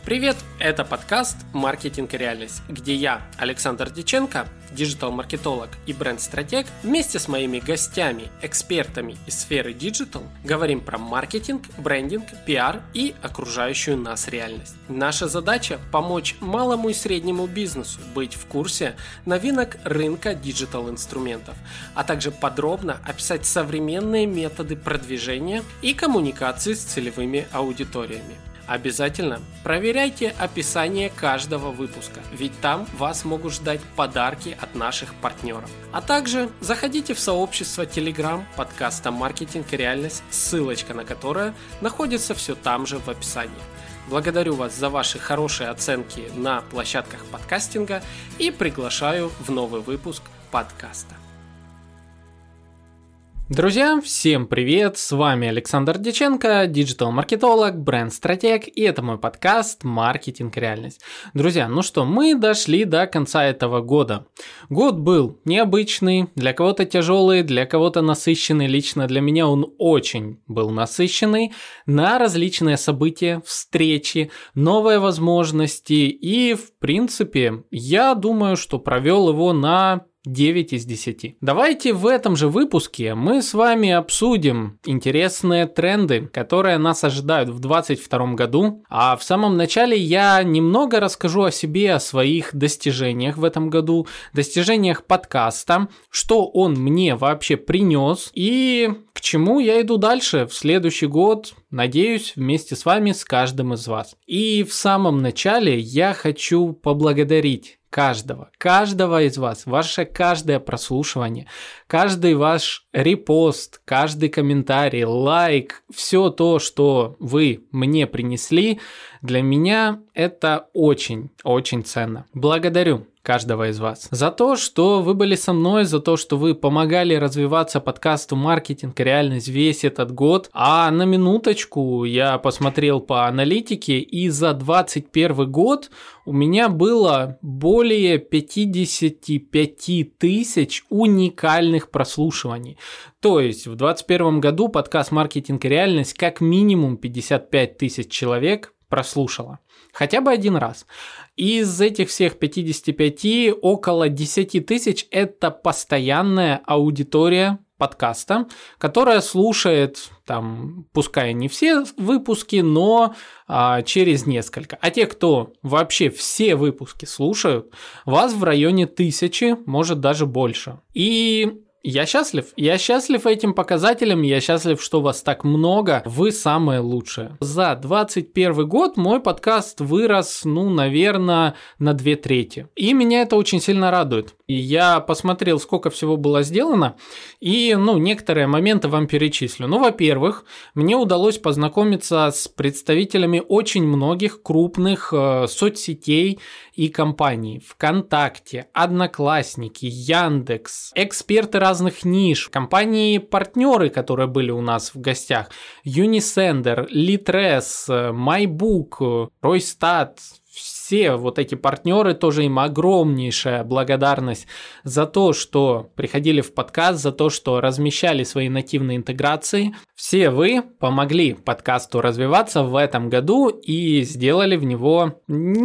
Привет! Это подкаст «Маркетинг и реальность», где я, Александр Дьяченко, диджитал-маркетолог и бренд-стратег, вместе с моими гостями, экспертами из сферы диджитал, говорим про маркетинг, брендинг, пиар и окружающую нас реальность. Наша задача – помочь малому и среднему бизнесу быть в курсе новинок рынка диджитал-инструментов, а также подробно описать современные методы продвижения и коммуникации с целевыми аудиториями. Обязательно проверяйте описание каждого выпуска, ведь там вас могут ждать подарки от наших партнеров. А также заходите в сообщество Telegram подкаста «Маркетинг и реальность», ссылочка на которое находится все там же в описании. Благодарю вас за ваши хорошие оценки на площадках подкастинга и приглашаю в новый выпуск подкаста. Друзья, всем привет! С вами Александр Дьяченко, диджитал-маркетолог, бренд-стратег, и это мой подкаст «Маркетинг и реальность». Друзья, ну что, мы дошли до конца этого года. Год был необычный, для кого-то тяжелый, для кого-то насыщенный. Лично для меня он очень был насыщенный на различные события, встречи, новые возможности. И, в принципе, я думаю, что провел его на 9 из 10. Давайте в этом же выпуске мы с вами обсудим интересные тренды, которые нас ожидают в 2022 году. А в самом начале я немного расскажу о себе, о своих достижениях в этом году, достижениях подкаста, что он мне вообще принес и к чему я иду дальше в следующий год, надеюсь, вместе с вами, с каждым из вас. И в самом начале я хочу поблагодарить каждого из вас, ваше каждое прослушивание, каждый ваш репост, каждый комментарий, лайк, все то, что вы мне принесли, для меня это очень ценно. Благодарю каждого из вас за то, что вы были со мной, за то, что вы помогали развиваться подкасту «Маркетинг и реальность» весь этот год. А на минуточку я посмотрел по аналитике, и за 2021 год у меня было более 55 тысяч уникальных прослушиваний. То есть в 2021 году подкаст «Маркетинг и реальность» как минимум 55 тысяч человек прослушало. Хотя бы один раз. Из этих всех 55 около 10 тысяч – это постоянная аудитория подкаста, которая слушает, там, пускай не все выпуски, но через несколько. А те, кто вообще все выпуски слушают, вас в районе 1000, может даже больше. И я счастлив этим показателем, я счастлив, что вас так много, вы самые лучшие. За 2021 год мой подкаст вырос, наверное, на 2/3. И меня это очень сильно радует. И я посмотрел, сколько всего было сделано, и, некоторые моменты вам перечислю. Во-первых, мне удалось познакомиться с представителями очень многих крупных соцсетей и компаний. ВКонтакте, Одноклассники, Яндекс, эксперты разных ниш, компании-партнеры, которые были у нас в гостях, Unisender, Litres, MyBook, Roystat. Все вот эти партнеры, тоже им огромнейшая благодарность за то, что приходили в подкаст, за то, что размещали свои нативные интеграции. Все вы помогли подкасту развиваться в этом году и сделали в него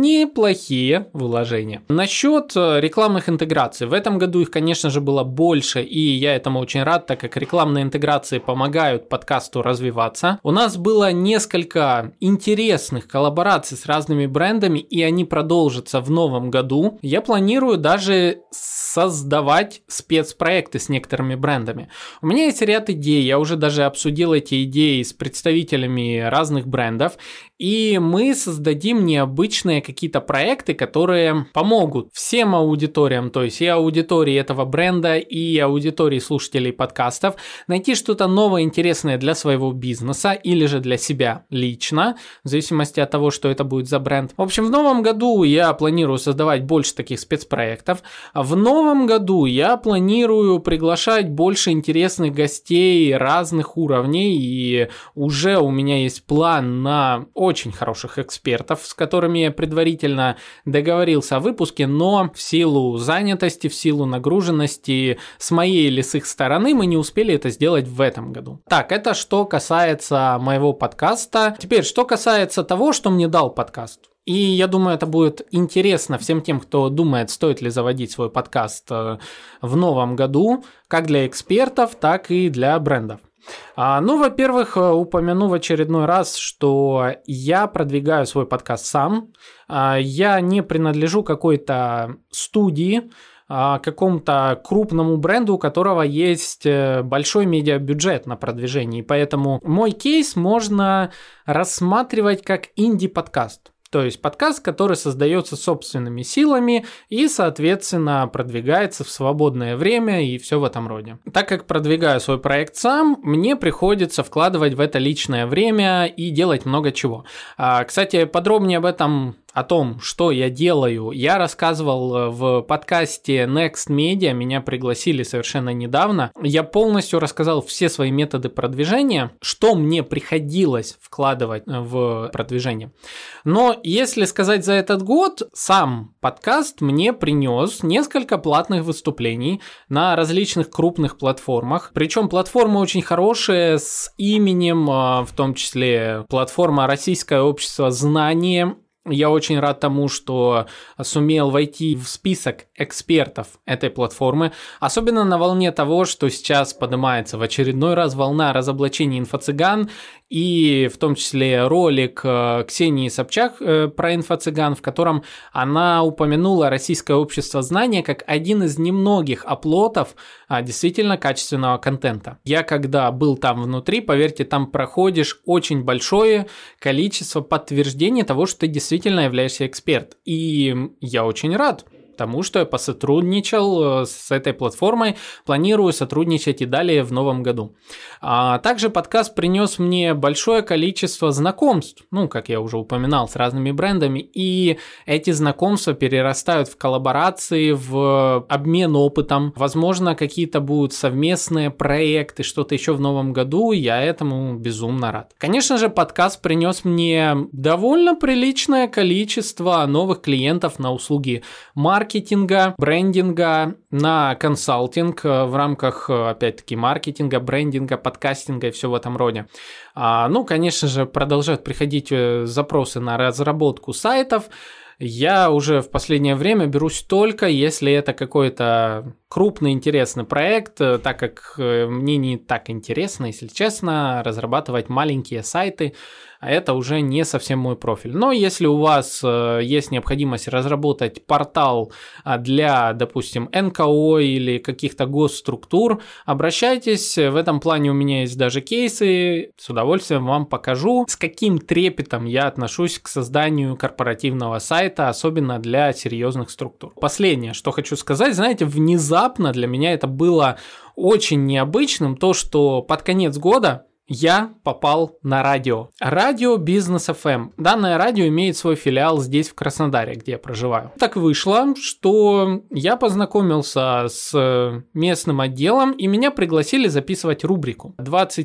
неплохие вложения. Насчет рекламных интеграций. В этом году их, конечно же, было больше, и я этому очень рад, так как рекламные интеграции помогают подкасту развиваться. У нас было несколько интересных коллабораций с разными брендами, и они продолжатся в новом году. Я планирую даже создавать спецпроекты с некоторыми брендами. У меня есть ряд идей, я уже даже обсудил эти идеи с представителями разных брендов, и мы создадим необычные какие-то проекты, которые помогут всем аудиториям, то есть и аудитории этого бренда, и аудитории слушателей подкастов, найти что-то новое, интересное для своего бизнеса или же для себя лично, в зависимости от того, что это будет за бренд. В общем, в новом году я планирую создавать больше таких спецпроектов. В новом году я планирую приглашать больше интересных гостей разных уровней, и уже у меня есть план на очень хороших экспертов, с которыми я предварительно договорился о выпуске, но в силу занятости, в силу нагруженности с моей или с их стороны мы не успели это сделать в этом году. Так, это что касается моего подкаста. Теперь, что касается того, что мне дал подкаст. И я думаю, это будет интересно всем тем, кто думает, стоит ли заводить свой подкаст в новом году, как для экспертов, так и для брендов. Ну, во-первых, упомяну в очередной раз, что я продвигаю свой подкаст сам. Я не принадлежу какой-то студии, какому-то крупному бренду, у которого есть большой медиабюджет на продвижение. Поэтому мой кейс можно рассматривать как инди-подкаст. То есть подкаст, который создается собственными силами и, соответственно, продвигается в свободное время и все в этом роде. Так как продвигаю свой проект сам, мне приходится вкладывать в это личное время и делать много чего. Кстати, подробнее об этом, о том, что я делаю, я рассказывал в подкасте Next Media, меня пригласили совершенно недавно. Я полностью рассказал все свои методы продвижения, что мне приходилось вкладывать в продвижение. Но если сказать за этот год, сам подкаст мне принес несколько платных выступлений на различных крупных платформах. Причем платформы очень хорошие, с именем, в том числе платформа «Российское общество знания». Я очень рад тому, что сумел войти в список экспертов этой платформы, особенно на волне того, что сейчас поднимается в очередной раз волна разоблачения инфо-цыган, и в том числе ролик Ксении Собчак про инфо-цыган, в котором она упомянула Российское общество знания как один из немногих оплотов действительно качественного контента. Я когда был там внутри, поверьте, там проходишь очень большое количество подтверждений того, что ты действительно являешься эксперт. И я очень рад тому, что я посотрудничал с этой платформой, планирую сотрудничать и далее в новом году. Также подкаст принес мне большое количество знакомств, как я уже упоминал, с разными брендами, и эти знакомства перерастают в коллаборации, в обмен опытом, возможно, какие-то будут совместные проекты, что-то еще в новом году, я этому безумно рад. Конечно же, подкаст принес мне довольно приличное количество новых клиентов на услуги маркетинга, брендинга, на консалтинг в рамках, опять-таки, маркетинга, брендинга, подкастинга и все в этом роде. Конечно же, продолжают приходить запросы на разработку сайтов. Я уже в последнее время берусь только, если это какой-то крупный интересный проект, так как мне не так интересно, если честно, разрабатывать маленькие сайты, а это уже не совсем мой профиль. Но если у вас есть необходимость разработать портал для, допустим, НКО или каких-то госструктур, обращайтесь. В этом плане у меня есть даже кейсы. С удовольствием вам покажу, с каким трепетом я отношусь к созданию корпоративного сайта, особенно для серьезных структур. Последнее, что хочу сказать, знаете, внезапно для меня это было очень необычным, то, что под конец года я попал на радио. Радио Бизнес ФМ. Данное радио имеет свой филиал здесь, в Краснодаре, где я проживаю. Так вышло, что я познакомился с местным отделом, и меня пригласили записывать рубрику.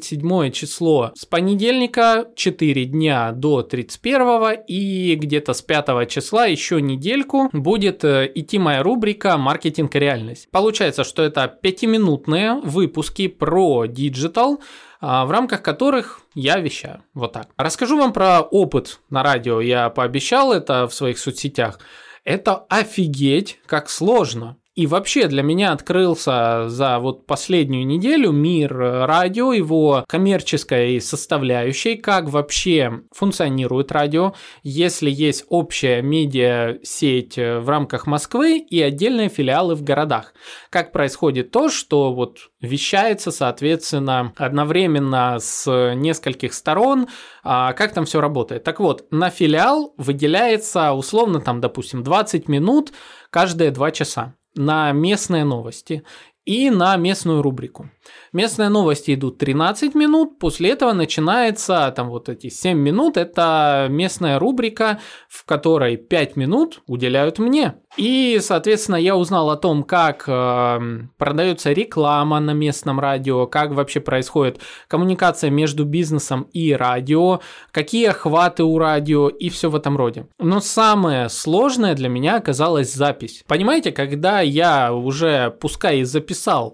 27 число с понедельника, 4 дня до 31, и где-то с 5 числа еще недельку будет идти моя рубрика «Маркетинг и реальность». Получается, что это 5-минутные выпуски про диджитал, в рамках которых я вещаю. Вот так. Расскажу вам про опыт на радио. Я пообещал это в своих соцсетях. Это офигеть как сложно. И вообще для меня открылся за последнюю неделю мир радио, его коммерческой составляющей, как вообще функционирует радио, если есть общая медиасеть в рамках Москвы и отдельные филиалы в городах. Как происходит то, что вещается, соответственно, одновременно с нескольких сторон, как там все работает. Так вот, на филиал выделяется условно допустим, 20 минут каждые 2 часа. На местные новости и на местную рубрику. Местные новости идут 13 минут, после этого начинается эти 7 минут, это местная рубрика, в которой 5 минут уделяют мне. И, соответственно, я узнал о том, как продается реклама на местном радио, как вообще происходит коммуникация между бизнесом и радио, какие охваты у радио и все в этом роде. Но самое сложное для меня оказалась запись. Понимаете, когда я уже, пускай и записал записал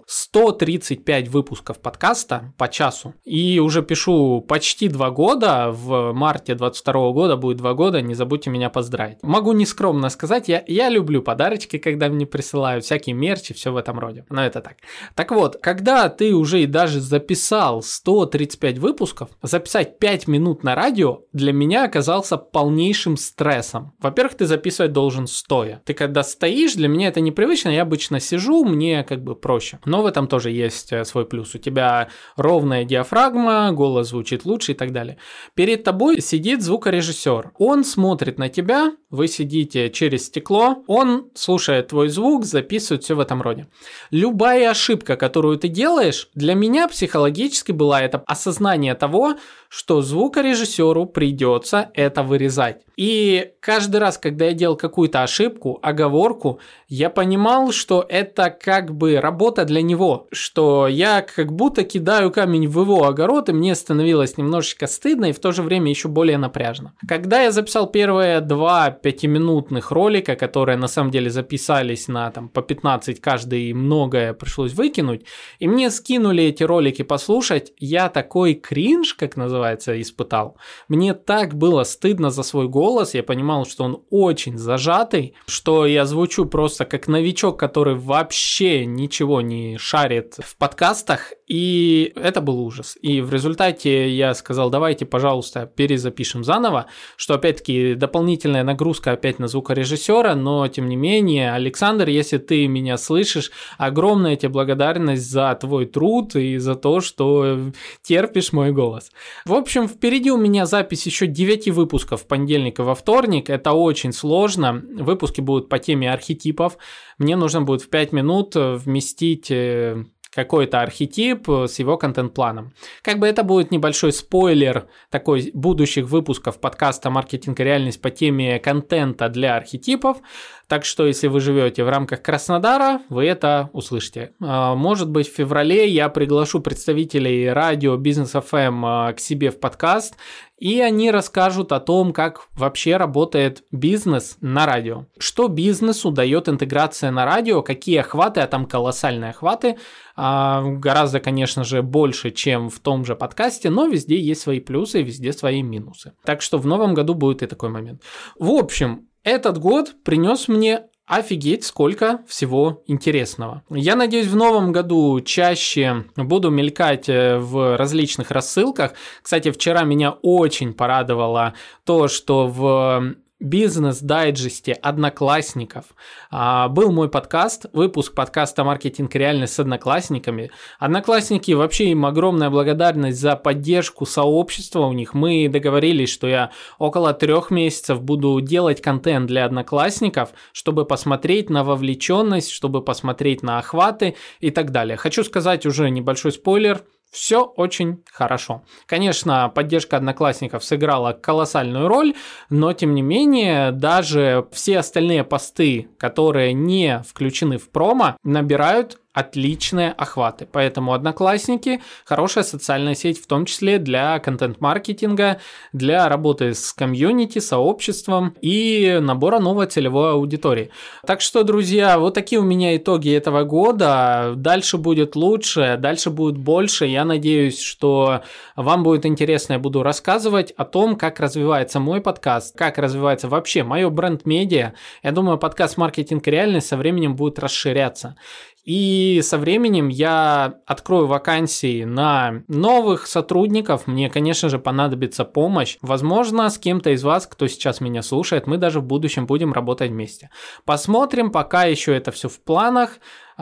135 выпусков подкаста по часу и уже пишу почти 2 года, в марте 22 года будет 2 года, не забудьте меня поздравить. Могу нескромно сказать, я люблю подарочки, когда мне присылают, всякие мерчи, все в этом роде, но это так. Так вот, когда ты уже и даже записал 135 выпусков, записать 5 минут на радио для меня оказался полнейшим стрессом. Во-первых, ты записывать должен стоя. Ты когда стоишь, для меня это непривычно, я обычно сижу, мне как бы проще. Но в этом тоже есть свой плюс. У тебя ровная диафрагма, голос звучит лучше и так далее. Перед тобой сидит звукорежиссер. Он смотрит на тебя, вы сидите через стекло, он слушает твой звук, записывает, все в этом роде. Любая ошибка, которую ты делаешь, для меня психологически была это осознание того, что звукорежиссеру придется это вырезать. И каждый раз, когда я делал какую-то ошибку, оговорку, я понимал, что это как бы работа для него, что я как будто кидаю камень в его огород, и мне становилось немножечко стыдно и в то же время еще более напряжно. Когда я записал первые 2 5-минутных ролика, которые на самом деле записались на по 15 каждый, и многое пришлось выкинуть, и мне скинули эти ролики послушать, я такой кринж, как называется, испытал. Мне так было стыдно за свой голос, я понимал, что он очень зажатый, что я звучу просто как новичок, который вообще ничего не шарит в подкастах, и это был ужас. И в результате я сказал, давайте, пожалуйста, перезапишем заново, что опять-таки дополнительная нагрузка опять на звукорежиссера, но тем не менее, Александр, если ты меня слышишь, огромная тебе благодарность за твой труд и за то, что терпишь мой голос. В общем, впереди у меня запись еще 9 выпусков в понедельник и во вторник. Это очень сложно. Выпуски будут по теме архетипов. Мне нужно будет в 5 минут вместить какой-то архетип с его контент-планом. Как бы это будет небольшой спойлер такой будущих выпусков подкаста «Маркетинг и реальность» по теме контента для архетипов. Так что, если вы живете в рамках Краснодара, вы это услышите. Может быть, в феврале я приглашу представителей радио Бизнес ФМ к себе в подкаст, и они расскажут о том, как вообще работает бизнес на радио. Что бизнесу дает интеграция на радио, какие охваты, а там колоссальные охваты, гораздо, конечно же, больше, чем в том же подкасте, но везде есть свои плюсы, везде свои минусы. Так что в новом году будет и такой момент. В общем, этот год принес мне офигеть сколько всего интересного. Я надеюсь, в новом году чаще буду мелькать в различных рассылках. Кстати, вчера меня очень порадовало то, что в бизнес-дайджесте Одноклассников был мой подкаст, выпуск подкаста «Маркетинг и реальность» с одноклассниками. Одноклассники, вообще им огромная благодарность за поддержку сообщества у них. Мы договорились, что я около 3 месяцев буду делать контент для одноклассников, чтобы посмотреть на вовлеченность, чтобы посмотреть на охваты и так далее. Хочу сказать уже небольшой спойлер. Все очень хорошо. Конечно, поддержка одноклассников сыграла колоссальную роль, но тем не менее, даже все остальные посты, которые не включены в промо, набирают отличные охваты. Поэтому Одноклассники – хорошая социальная сеть, в том числе для контент-маркетинга, для работы с комьюнити, сообществом и набора новой целевой аудитории. Так что, друзья, вот такие у меня итоги этого года. Дальше будет лучше, дальше будет больше. Я надеюсь, что вам будет интересно. Я буду рассказывать о том, как развивается мой подкаст, как развивается вообще мое бренд-медиа. Я думаю, подкаст «Маркетинг и реальность» со временем будет расширяться. И со временем я открою вакансии на новых сотрудников. Мне, конечно же, понадобится помощь. Возможно, с кем-то из вас, кто сейчас меня слушает, мы даже в будущем будем работать вместе. Посмотрим, пока еще это все в планах.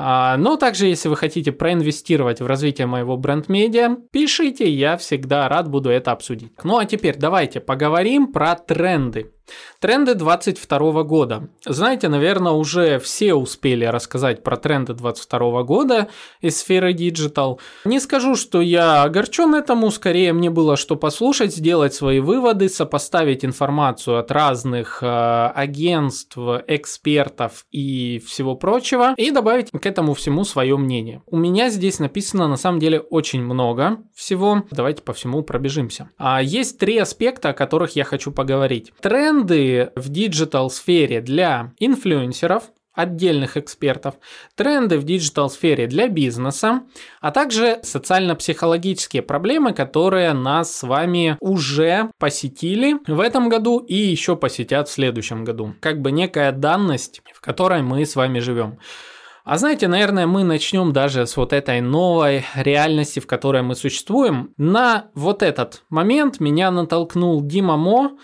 Но также, если вы хотите проинвестировать в развитие моего бренд-медиа, пишите, я всегда рад буду это обсудить. Ну а теперь давайте поговорим про тренды. Тренды 2022 года. Знаете, наверное, уже все успели рассказать про тренды 2022 года из сферы диджитал. Не скажу, что я огорчен этому, скорее мне было что послушать, сделать свои выводы, сопоставить информацию от разных агентств, экспертов и всего прочего, и добавить к этому всему свое мнение. У меня здесь написано на самом деле очень много всего. Давайте по всему пробежимся. Есть 3 аспекта, о которых я хочу поговорить. Тренды в диджитал-сфере для инфлюенсеров, отдельных экспертов, тренды в диджитал-сфере для бизнеса, а также социально-психологические проблемы, которые нас с вами уже посетили в этом году и еще посетят в следующем году. Как бы некая данность, в которой мы с вами живем. А знаете, наверное, мы начнем даже с вот этой новой реальности, в которой мы существуем. На вот этот момент меня натолкнул Дима Мо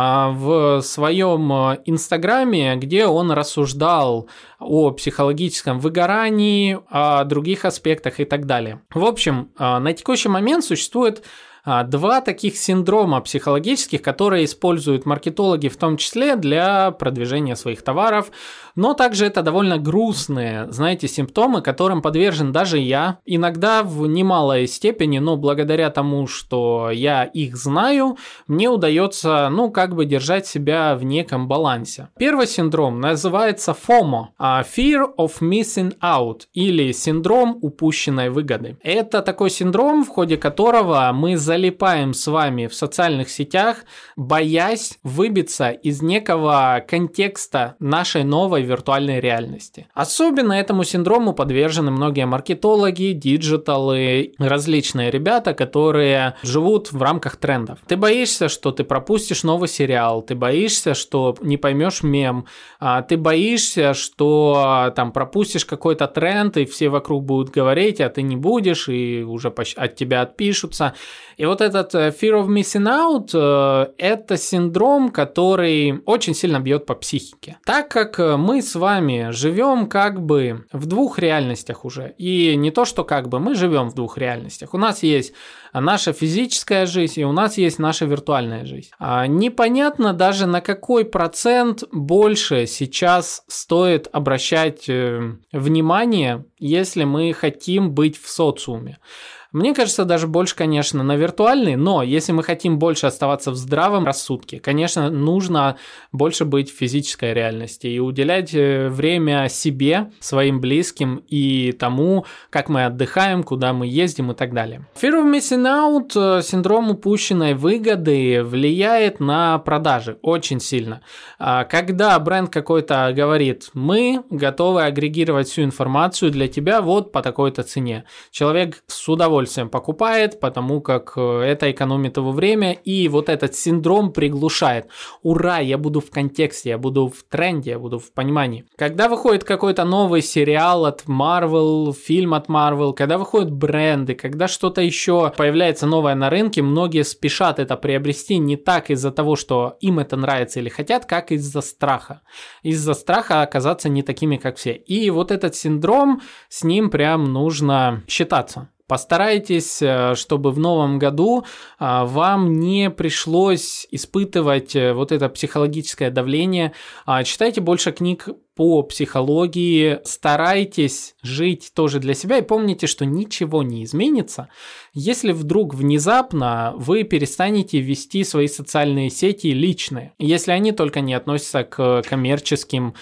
в своем инстаграме, где он рассуждал о психологическом выгорании, о других аспектах и так далее. В общем, на текущий момент существует два таких синдрома психологических, которые используют маркетологи в том числе для продвижения своих товаров, но также это довольно грустные, знаете, симптомы, которым подвержен даже я, иногда в немалой степени, но благодаря тому, что я их знаю, мне удается, держать себя в неком балансе. Первый синдром называется FOMO, Fear of Missing Out, или синдром упущенной выгоды. Это такой синдром, в ходе которого мы залипаем с вами в социальных сетях, боясь выбиться из некого контекста нашей новой виртуальной реальности. Особенно этому синдрому подвержены многие маркетологи, диджиталы, различные ребята, которые живут в рамках трендов. Ты боишься, что ты пропустишь новый сериал, ты боишься, что не поймешь мем, ты боишься, что там пропустишь какой-то тренд, и все вокруг будут говорить, а ты не будешь, и уже от тебя отпишутся. И вот этот fear of missing out – это синдром, который очень сильно бьет по психике. Так как мы с вами живем как бы в двух реальностях уже, и не то, что как бы, мы живем в двух реальностях. У нас есть наша физическая жизнь, и у нас есть наша виртуальная жизнь. Непонятно даже, на какой процент больше сейчас стоит обращать внимание, если мы хотим быть в социуме. Мне кажется, даже больше, конечно, на виртуальный, но если мы хотим больше оставаться в здравом рассудке, конечно, нужно больше быть в физической реальности и уделять время себе, своим близким и тому, как мы отдыхаем, куда мы ездим и так далее. Fear of missing out, синдром упущенной выгоды, влияет на продажи очень сильно. Когда бренд какой-то говорит, мы готовы агрегировать всю информацию для тебя вот по такой-то цене, человек с удовольствием покупает, потому как это экономит его время, и вот этот синдром приглушает. Ура, я буду в контексте, я буду в тренде, я буду в понимании. Когда выходит какой-то новый сериал от Marvel, фильм от Marvel, когда выходят бренды, когда что-то еще появляется новое на рынке, многие спешат это приобрести не так из-за того, что им это нравится или хотят, как из-за страха. Из-за страха оказаться не такими, как все. И вот этот синдром, с ним прям нужно считаться. Постарайтесь, чтобы в новом году вам не пришлось испытывать вот это психологическое давление. Читайте больше книг по психологии, старайтесь жить тоже для себя и помните, что ничего не изменится, если вдруг внезапно вы перестанете вести свои социальные сети личные, если они только не относятся к коммерческим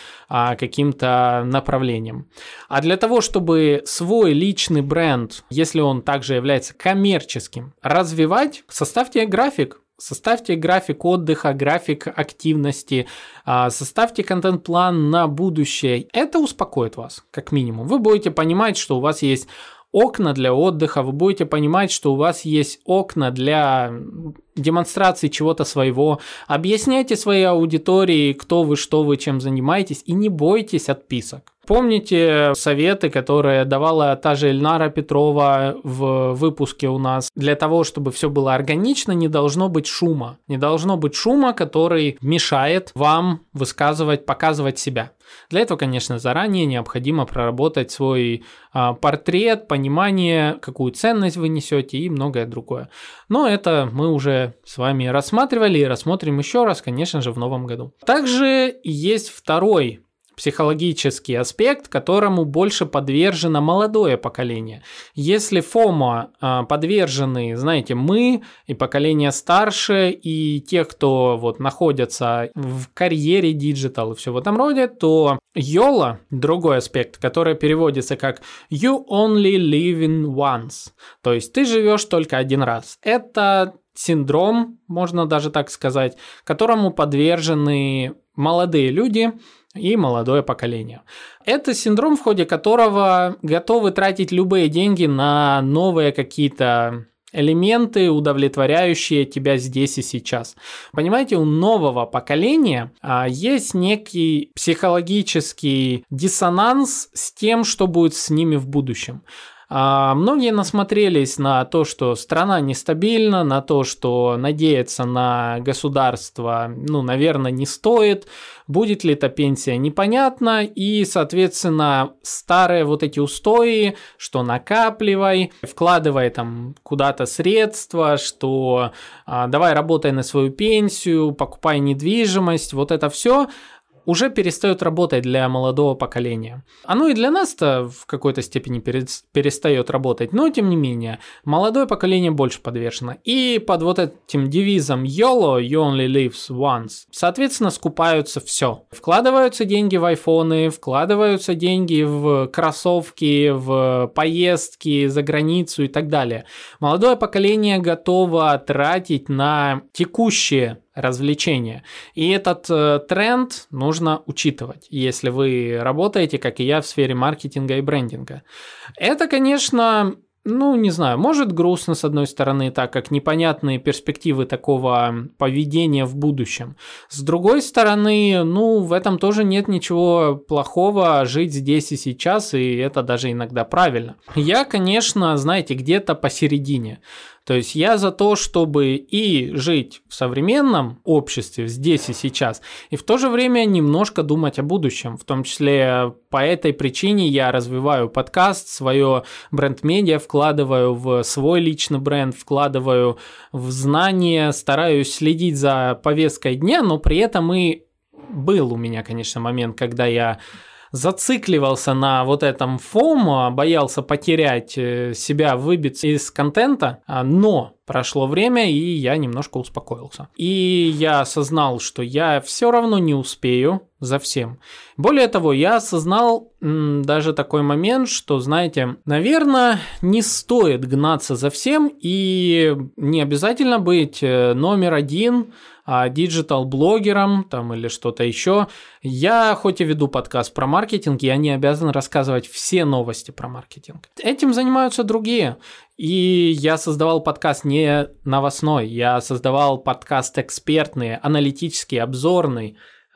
каким-то направлениям. А для того, чтобы свой личный бренд, если он также является коммерческим, развивать, составьте график. Составьте график отдыха, график активности, составьте контент-план на будущее. Это успокоит вас, как минимум. Вы будете понимать, что у вас есть окна для отдыха, вы будете понимать, что у вас есть окна для демонстрации чего-то своего. Объясняйте своей аудитории, кто вы, что вы, чем занимаетесь, и не бойтесь отписок. Помните советы, которые давала та же Эльнара Петрова в выпуске у нас? Для того, чтобы все было органично, не должно быть шума. Не должно быть шума, который мешает вам высказывать, показывать себя. Для этого, конечно, заранее необходимо проработать свой портрет, понимание, какую ценность вы несете и многое другое. Но это мы уже с вами рассматривали и рассмотрим еще раз, конечно же, в новом году. Также есть второй психологический аспект, которому больше подвержено молодое поколение. Если FOMO подвержены, знаете, мы и поколение старше, и те, кто вот находятся в карьере диджитал и все в этом роде, то YOLO, другой аспект, который переводится как You only live in once, то есть ты живешь только один раз. Это синдром, можно даже так сказать, которому подвержены молодые люди. и молодое поколение. Это синдром, в ходе которого готовы тратить любые деньги на новые какие-то элементы, удовлетворяющие тебя здесь и сейчас. Понимаете, у нового поколения есть некий психологический диссонанс с тем, что будет с ними в будущем. Многие насмотрелись на то, что страна нестабильна, на то, что надеяться на государство, наверное, не стоит. Будет ли эта пенсия, непонятно. И, соответственно, старые вот эти устои, что накапливай, вкладывай там куда-то средства, что давай работай на свою пенсию, покупай недвижимость, вот это все уже перестает работать для молодого поколения. Оно и для нас-то в какой-то степени перестает работать, но тем не менее, молодое поколение больше подвешено. И под вот этим девизом YOLO, You Only Live Once, соответственно, скупаются все. Вкладываются деньги в айфоны, вкладываются деньги в кроссовки, в поездки за границу и так далее. Молодое поколение готово тратить на текущие развлечения. И этот тренд нужно учитывать, если вы работаете, как и я, в сфере маркетинга и брендинга. Это, конечно, не знаю, может грустно с одной стороны, так как непонятные перспективы такого поведения в будущем. С другой стороны, в этом тоже нет ничего плохого, жить здесь и сейчас, и это даже иногда правильно. Я, конечно, знаете, где-то посередине. То есть я за то, чтобы и жить в современном обществе здесь и сейчас, и в то же время немножко думать о будущем. В том числе по этой причине я развиваю подкаст, свое бренд-медиа, вкладываю в свой личный бренд, вкладываю в знания, стараюсь следить за повесткой дня, но при этом и был у меня, конечно, момент, когда я зацикливался на вот этом FOMO, боялся потерять себя, выбиться из контента, но прошло время, и я немножко успокоился. И я осознал, что я все равно не успею за всем. Более того, я осознал даже такой момент, что, знаете, наверное, не стоит гнаться за всем, и не обязательно быть номер один диджитал-блогером там или что-то еще. Я хоть и веду подкаст про маркетинг, я не обязан рассказывать все новости про маркетинг. Этим занимаются другие. И я создавал подкаст не новостной, я создавал подкаст экспертный, аналитический, обзорный.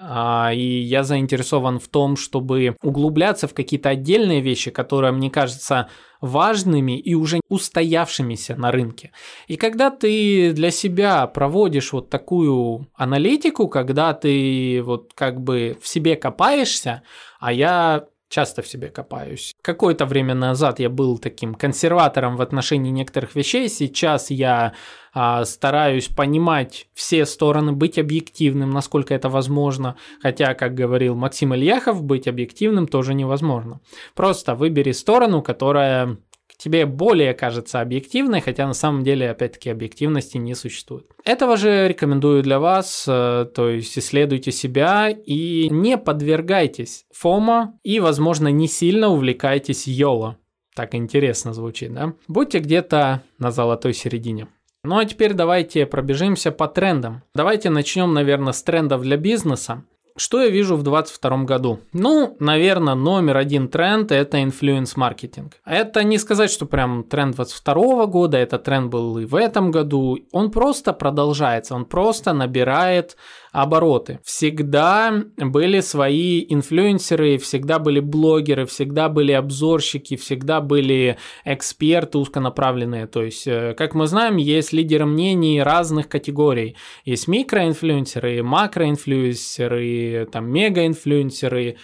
И я заинтересован в том, чтобы углубляться в какие-то отдельные вещи, которые мне кажутся важными и уже устоявшимися на рынке. И когда ты для себя проводишь вот такую аналитику, когда ты вот как бы в себе копаешься, а я часто в себе копаюсь. Какое-то время назад я был таким консерватором в отношении некоторых вещей, сейчас я стараюсь понимать все стороны, быть объективным, насколько это возможно, хотя, как говорил Максим Ильяхов, быть объективным тоже невозможно. Просто выбери сторону, которая тебе более кажется объективной, хотя на самом деле, опять-таки, объективности не существует. Этого же рекомендую для вас, то есть исследуйте себя и не подвергайтесь FOMO и, возможно, не сильно увлекайтесь YOLO. Так интересно звучит, да? Будьте где-то на золотой середине. Ну а теперь давайте пробежимся по трендам. Давайте начнем, наверное, с трендов для бизнеса. Что я вижу в 2022 году? Наверное, номер один тренд – это инфлюенс-маркетинг. Это не сказать, что прям тренд 2022 года, этот тренд был и в этом году. Он просто продолжается, он просто набирает обороты. Всегда были свои инфлюенсеры, всегда были блогеры, всегда были обзорщики, всегда были эксперты узконаправленные. То есть, как мы знаем, есть лидеры мнений разных категорий. Есть микроинфлюенсеры, макроинфлюенсеры, там мегаинфлюенсеры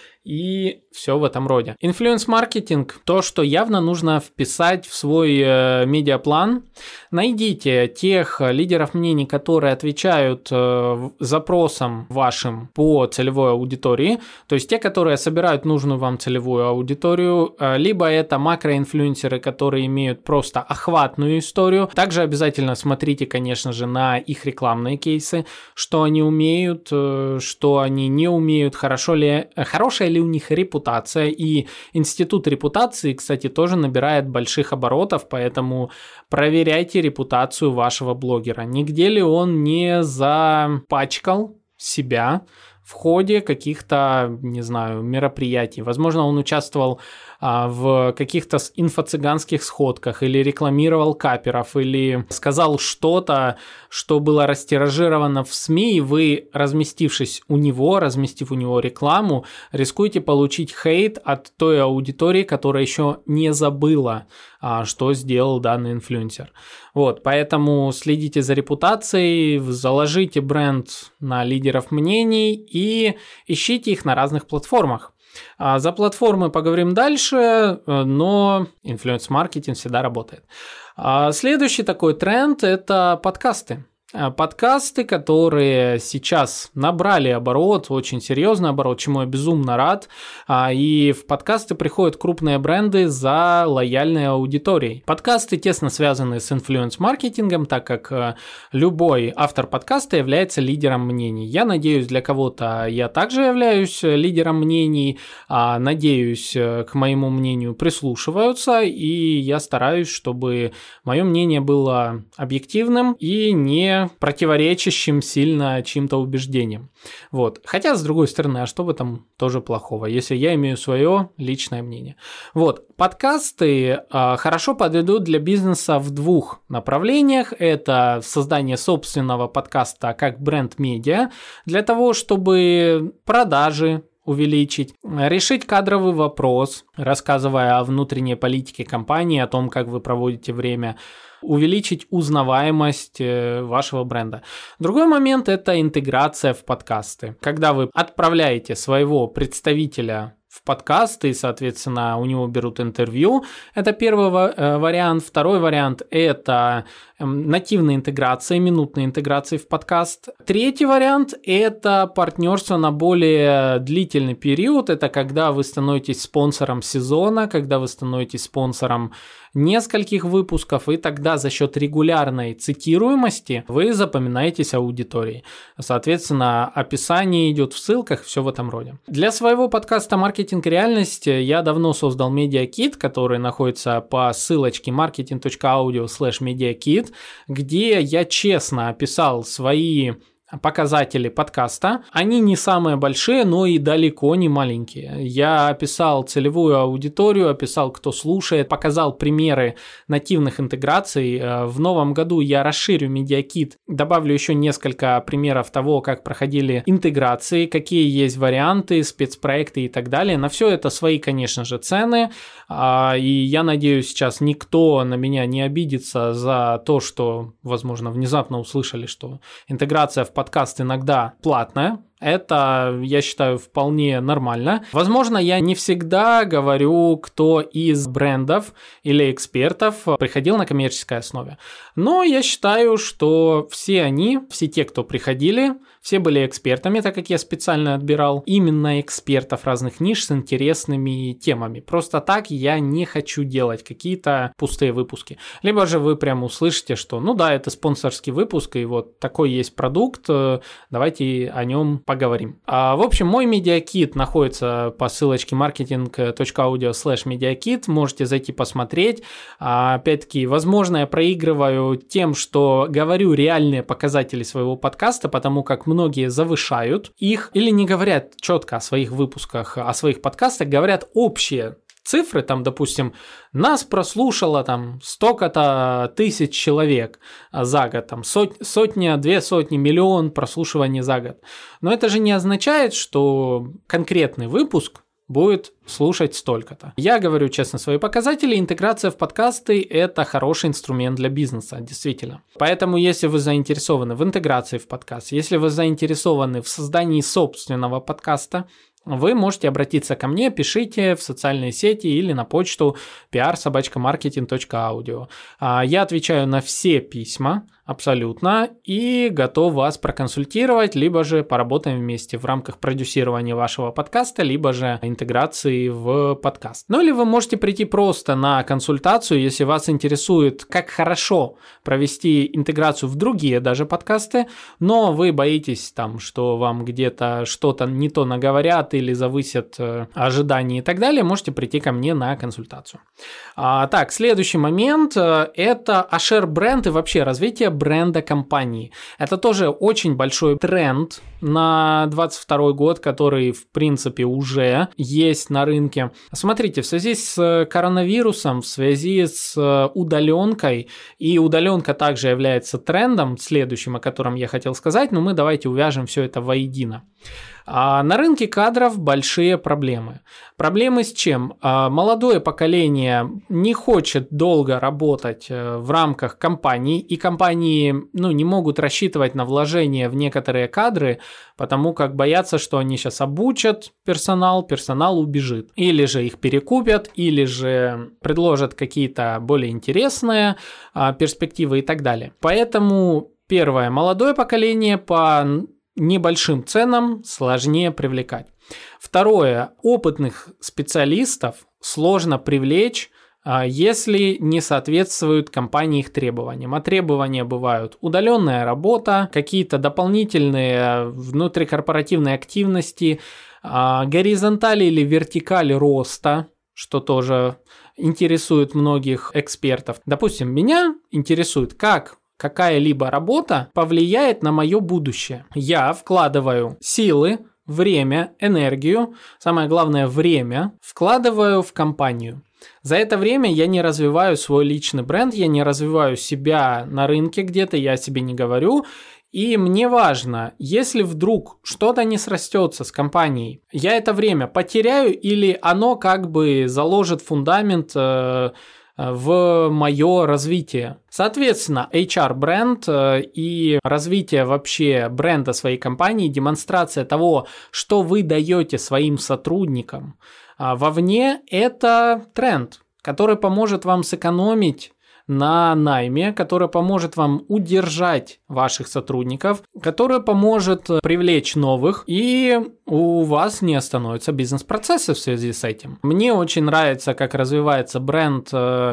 и все в этом роде. Инфлюенс-маркетинг – то, что явно нужно вписать в свой медиаплан. Найдите тех лидеров мнений, которые отвечают запросам вашим по целевой аудитории, то есть те, которые собирают нужную вам целевую аудиторию, либо это макроинфлюенсеры, которые имеют просто охватную историю. Также обязательно смотрите, конечно же, на их рекламные кейсы, что они умеют, что они не умеют, хорошая ли у них репутация. И институт репутации, кстати, тоже набирает больших оборотов, поэтому проверяйте репутацию вашего блогера. Нигде ли он не запачкал себя в ходе каких-то, не знаю, мероприятий. Возможно, он участвовал в каких-то инфо-цыганских сходках или рекламировал каперов, или сказал что-то, что было растиражировано в СМИ, и вы, разместив у него рекламу, рискуете получить хейт от той аудитории, которая еще не забыла, что сделал данный инфлюенсер. Вот, поэтому следите за репутацией, заложите бренд на лидеров мнений и ищите их на разных платформах. За платформы поговорим дальше, но инфлюенс-маркетинг всегда работает. Следующий такой тренд – это подкасты. Подкасты, которые сейчас набрали оборот, очень серьезный оборот, чему я безумно рад. И в подкасты приходят крупные бренды за лояльной аудиторией. Подкасты тесно связаны с инфлюенс-маркетингом, так как любой автор подкаста является лидером мнений. Я надеюсь, для кого-то я также являюсь лидером мнений. Надеюсь, к моему мнению прислушиваются, и я стараюсь, чтобы мое мнение было объективным и не противоречащим сильно чьим-то убеждениям. Вот. Хотя, с другой стороны, а что в этом тоже плохого, если я имею свое личное мнение? Вот. Подкасты хорошо подойдут для бизнеса в двух направлениях. Это создание собственного подкаста как бренд-медиа для того, чтобы продажи увеличить, решить кадровый вопрос, рассказывая о внутренней политике компании, о том, как вы проводите время, увеличить узнаваемость вашего бренда. Другой момент – это интеграция в подкасты. Когда вы отправляете своего представителя в подкасты, и, соответственно, у него берут интервью. Это первый вариант. Второй вариант – это нативная интеграция, минутная интеграция в подкаст. Третий вариант – это партнерство на более длительный период. Это когда вы становитесь спонсором сезона, когда вы становитесь спонсором нескольких выпусков, и тогда за счет регулярной цитируемости вы запоминаетесь аудиторией. Соответственно, описание идет в ссылках, все в этом роде. Для своего подкаста «Маркетинг и реальность» я давно создал медиакит, который находится по ссылочке marketing.audio/mediakit, где я честно описал свои показатели подкаста. Они не самые большие, но и далеко не маленькие. Я описал целевую аудиторию, описал, кто слушает, показал примеры нативных интеграций. В новом году я расширю медиакит, добавлю еще несколько примеров того, как проходили интеграции, какие есть варианты, спецпроекты и так далее. На все это свои, конечно же, цены. И я надеюсь, сейчас никто на меня не обидится за то, что, возможно, внезапно услышали, что интеграция в подкаст иногда платная. Это, я считаю, вполне нормально. Возможно, я не всегда говорю, кто из брендов или экспертов приходил на коммерческой основе. Но я считаю, что все те, кто приходили, все были экспертами, так как я специально отбирал именно экспертов разных ниш с интересными темами. Просто так я не хочу делать какие-то пустые выпуски. Либо же вы прямо услышите, что ну да, это спонсорский выпуск, и вот такой есть продукт, давайте о нем поговорим. В общем, мой медиакит находится по ссылочке marketing.audio/mediakit. Можете зайти посмотреть. Опять-таки, возможно, я проигрываю тем, что говорю реальные показатели своего подкаста, потому как многие завышают их или не говорят четко о своих выпусках, о своих подкастах, говорят общие цифры, там, допустим, нас прослушало там столько-то тысяч человек за год, там сотня, 2 сотни, миллион прослушиваний за год. Но это же не означает, что конкретный выпуск будет слушать столько-то. Я говорю честно свои показатели, интеграция в подкасты – это хороший инструмент для бизнеса, действительно. Поэтому, если вы заинтересованы в интеграции в подкаст, если вы заинтересованы в создании собственного подкаста, вы можете обратиться ко мне, пишите в социальные сети или на почту pr@marketing.audio. Я отвечаю на все письма абсолютно и готов вас проконсультировать, либо же поработаем вместе в рамках продюсирования вашего подкаста, либо же интеграции в подкаст. Ну или вы можете прийти просто на консультацию, если вас интересует, как хорошо провести интеграцию в другие даже подкасты, но вы боитесь там, что вам где-то что-то не то наговорят или завысят ожидания и так далее, можете прийти ко мне на консультацию. Так, следующий момент – это share бренд и вообще развитие бренда компании. Это тоже очень большой тренд на 2022 год, который, в принципе, уже есть на рынке. Смотрите, в связи с коронавирусом, в связи с удаленкой, и удаленка также является трендом, следующим, о котором я хотел сказать, но мы давайте увяжем все это воедино. На рынке кадров большие проблемы. Проблемы с чем? Молодое поколение не хочет долго работать в рамках компаний, и компании не могут рассчитывать на вложение в некоторые кадры, потому как боятся, что они сейчас обучат персонал убежит. Или же их перекупят, или же предложат какие-то более интересные перспективы и так далее. Поэтому первое, молодое поколение по небольшим ценам сложнее привлекать. Второе, опытных специалистов сложно привлечь, если не соответствуют компании их требованиям. А требования бывают удаленная работа, какие-то дополнительные внутрикорпоративные активности, горизонталь или вертикаль роста, что тоже интересует многих экспертов. Допустим, меня интересует, как какая-либо работа повлияет на мое будущее. Я вкладываю силы, время, энергию, самое главное время, вкладываю в компанию. За это время я не развиваю свой личный бренд, я не развиваю себя на рынке где-то, я о себе не говорю. И мне важно, если вдруг что-то не срастется с компанией, я это время потеряю или оно как бы заложит фундамент в мое развитие. Соответственно, HR-бренд и развитие вообще бренда своей компании, демонстрация того, что вы даете своим сотрудникам вовне, это тренд, который поможет вам сэкономить на найме, который поможет вам удержать ваших сотрудников, который поможет привлечь новых, и у вас не остановятся бизнес-процессы в связи с этим. Мне очень нравится, как развивается бренд,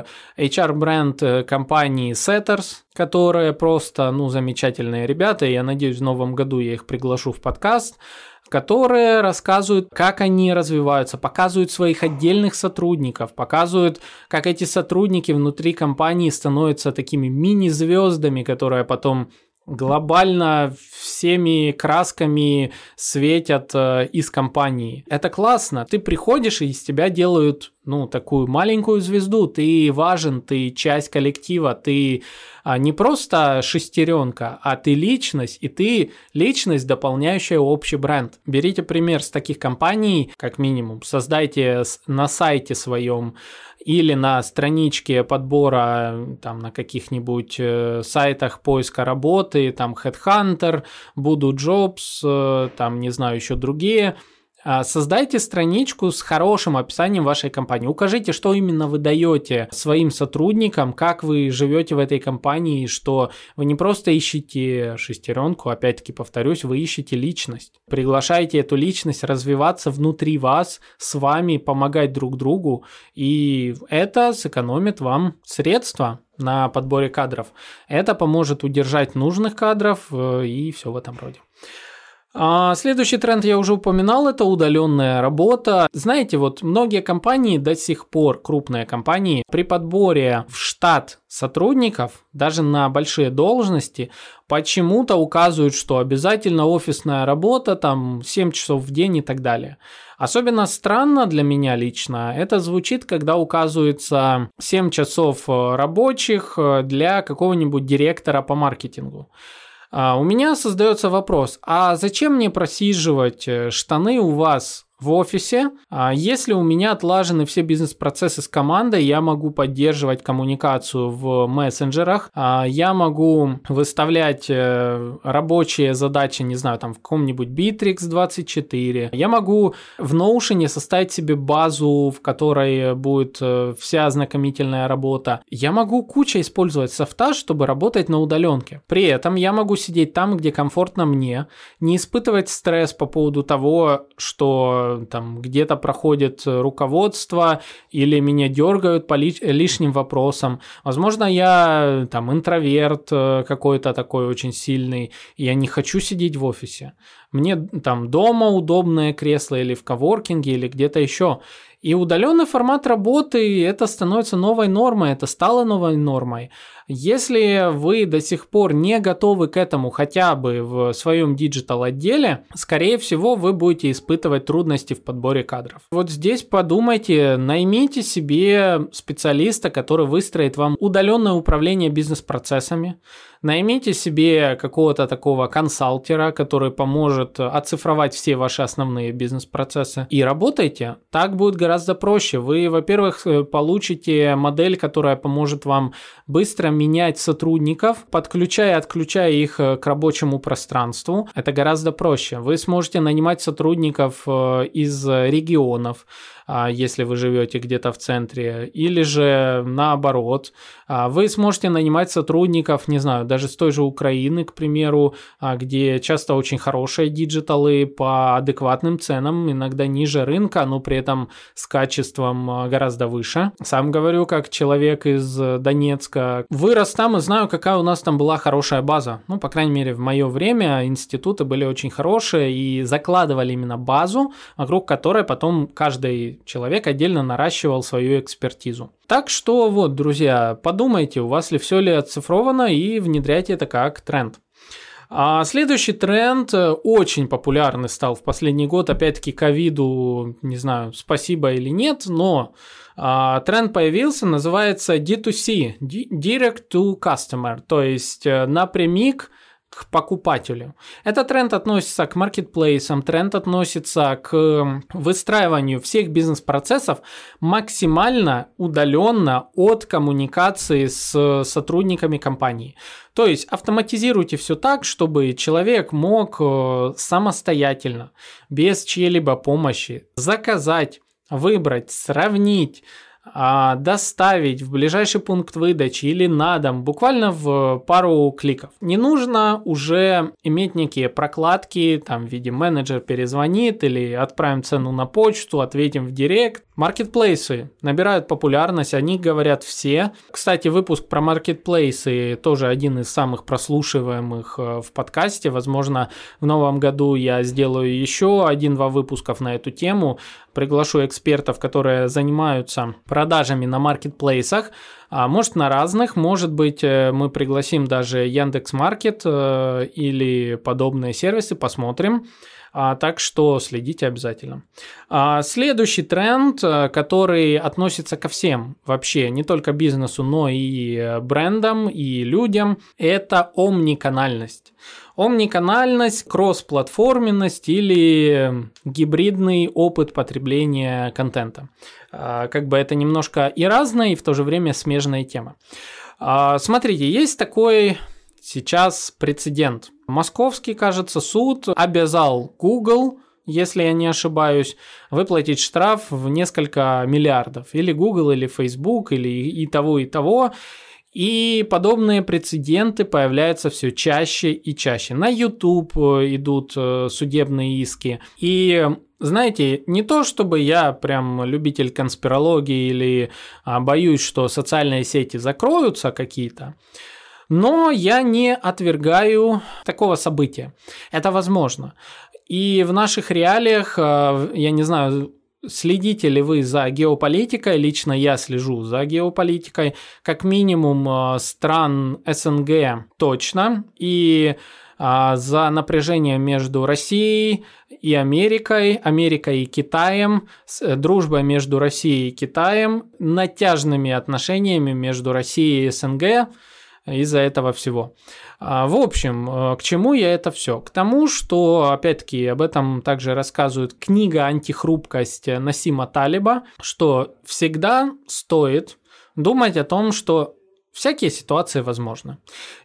HR-бренд компании Setters, которые просто, замечательные ребята, и я надеюсь, в новом году я их приглашу в подкаст, которые рассказывают, как они развиваются, показывают своих отдельных сотрудников, показывают, как эти сотрудники внутри компании становятся такими мини-звездами, которые потом глобально всеми красками светят из компании. Это классно. Ты приходишь, и из тебя делают, такую маленькую звезду. Ты важен, ты часть коллектива, ты не просто шестеренка, а ты личность, и ты личность, дополняющая общий бренд. Берите пример с таких компаний, как минимум. Создайте на сайте своем или на страничке подбора на каких-нибудь сайтах поиска работы, Headhunter, Voodoo Jobs, еще другие. Создайте страничку с хорошим описанием вашей компании. Укажите, что именно вы даете своим сотрудникам, как вы живете в этой компании, что вы не просто ищете шестеренку, опять-таки повторюсь, вы ищете личность. Приглашайте эту личность развиваться внутри вас, с вами, помогать друг другу, и это сэкономит вам средства на подборе кадров. Это поможет удержать нужных кадров и все в этом роде. Следующий тренд я уже упоминал, это удаленная работа. Знаете, многие компании до сих пор, крупные компании, при подборе в штат сотрудников, даже на большие должности, почему-то указывают, что обязательно офисная работа, 7 часов в день и так далее. Особенно странно для меня лично это звучит, когда указывается 7 часов рабочих для какого-нибудь директора по маркетингу. У меня создается вопрос, а зачем мне просиживать штаны у вас в офисе? Если у меня отлажены все бизнес-процессы с командой, я могу поддерживать коммуникацию в мессенджерах, я могу выставлять рабочие задачи, в каком-нибудь Bittrex 24, я могу в Notion составить себе базу, в которой будет вся ознакомительная работа. Я могу куча использовать софта, чтобы работать на удаленке. При этом я могу сидеть там, где комфортно мне, не испытывать стресс по поводу того, что где-то проходит руководство или меня дергают по лишним вопросам. Возможно, я интроверт какой-то такой очень сильный, и я не хочу сидеть в офисе. Мне дома удобное кресло или в коворкинге, или где-то еще. И удаленный формат работы – это становится новой нормой, это стало новой нормой. Если вы до сих пор не готовы к этому хотя бы в своем диджитал-отделе, скорее всего, вы будете испытывать трудности в подборе кадров. Вот здесь подумайте, наймите себе специалиста, который выстроит вам удаленное управление бизнес-процессами, наймите себе какого-то такого консалтера, который поможет оцифровать все ваши основные бизнес-процессы, и работайте. Так будет гораздо проще. Вы, во-первых, получите модель, которая поможет вам быстро менять сотрудников, подключая и отключая их к рабочему пространству. Это гораздо проще. Вы сможете нанимать сотрудников из регионов, если вы живете где-то в центре, или же наоборот. Вы сможете нанимать сотрудников, не знаю, даже с той же Украины, к примеру, где часто очень хорошие диджиталы по адекватным ценам, иногда ниже рынка, но при этом с качеством гораздо выше. Сам говорю, как человек из Донецка, вырос там и знаю, какая у нас там была хорошая база. Ну, по крайней мере, в мое время институты были очень хорошие и закладывали именно базу, вокруг которой потом каждый человек отдельно наращивал свою экспертизу. Так что вот, друзья, подумайте, у вас ли все ли оцифровано, и внедряйте это как тренд. А следующий тренд очень популярный стал в последний год, опять-таки ковиду, не знаю, спасибо или нет, но тренд появился, называется D2C, Direct to Customer, то есть напрямик к покупателю. Этот тренд относится к маркетплейсам, тренд относится к выстраиванию всех бизнес-процессов максимально удаленно от коммуникации с сотрудниками компании. То есть автоматизируйте все так, чтобы человек мог самостоятельно, без чьей-либо помощи, заказать, выбрать, сравнить, доставить в ближайший пункт выдачи или на дом буквально в пару кликов. Не нужно уже иметь некие прокладки, там в виде менеджер перезвонит или отправим цену на почту, ответим в директ. Маркетплейсы набирают популярность, о них говорят все. Кстати, выпуск про маркетплейсы тоже один из самых прослушиваемых в подкасте. Возможно, в новом году я сделаю еще 1-2 выпусков на эту тему. Приглашу экспертов, которые занимаются продажами на маркетплейсах. Может, на разных, может быть, мы пригласим даже Яндекс.Маркет или подобные сервисы, посмотрим. Так что следите обязательно. Следующий тренд, который относится ко всем вообще, не только бизнесу, но и брендам, и людям, это омниканальность. Омниканальность, кроссплатформенность или гибридный опыт потребления контента. Как бы это немножко и разная, и в то же время смежная тема. Смотрите, есть такой сейчас прецедент. Московский, кажется, суд обязал Google, если я не ошибаюсь, выплатить штраф в несколько миллиардов. Или Google, или Facebook, или и того, и того. И подобные прецеденты появляются все чаще и чаще. На YouTube идут судебные иски. И знаете, не то чтобы я прям любитель конспирологии или боюсь, что социальные сети закроются какие-то, но я не отвергаю такого события. Это возможно. И в наших реалиях, я не знаю, следите ли вы за геополитикой? Лично я слежу за геополитикой. Как минимум стран СНГ точно. И за напряжение между Россией и Америкой, Америкой и Китаем, дружбой между Россией и Китаем, натяжными отношениями между Россией и СНГ. Из-за этого всего. В общем, к чему я это все? К тому, что, опять-таки, об этом также рассказывает книга «Антихрупкость» Насима Талеба, что всегда стоит думать о том, что всякие ситуации возможны.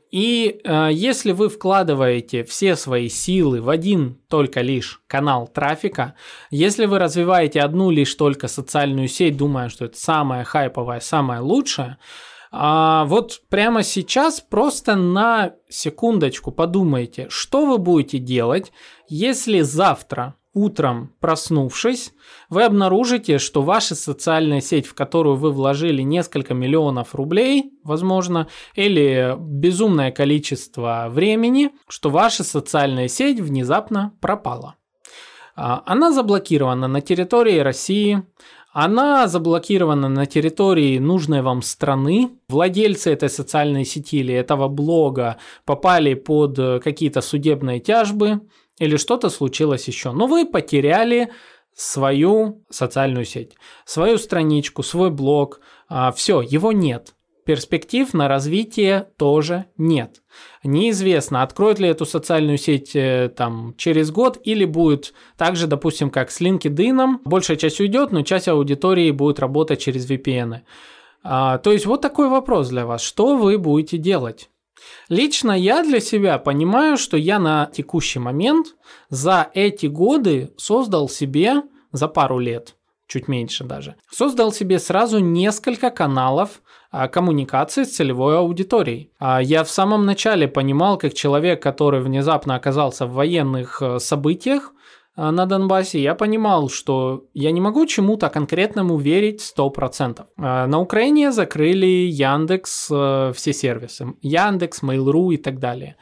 И если вы вкладываете все свои силы в один только лишь канал трафика, если вы развиваете одну лишь только социальную сеть, думая, что это самая хайповая, самая лучшая, вот прямо сейчас просто на секундочку подумайте, что вы будете делать, если завтра утром, проснувшись, вы обнаружите, что ваша социальная сеть, в которую вы вложили несколько миллионов рублей, возможно, или безумное количество времени, что ваша социальная сеть внезапно пропала. Она заблокирована на территории России, Она заблокирована на территории нужной вам страны. Владельцы этой социальной сети или этого блога попали под какие-то судебные тяжбы или что-то случилось еще. Но вы потеряли свою социальную сеть, свою страничку, свой блог. Все, его нет. Перспектив на развитие тоже нет. Неизвестно, откроет ли эту социальную сеть там, через год или будет так же, допустим, как с LinkedIn. Большая часть уйдет, но часть аудитории будет работать через VPN. То есть вот такой вопрос для вас. Что вы будете делать? Лично я для себя понимаю, что я на текущий момент за эти годы создал себе, за пару лет, чуть меньше даже, создал себе сразу несколько каналов коммуникации с целевой аудиторией. Я в самом начале понимал, как человек, который внезапно оказался в военных событиях на Донбассе, я понимал, что я не могу чему-то конкретному верить 100%. На Украине закрыли Яндекс, все сервисы. Яндекс, Mail.ru и так далее.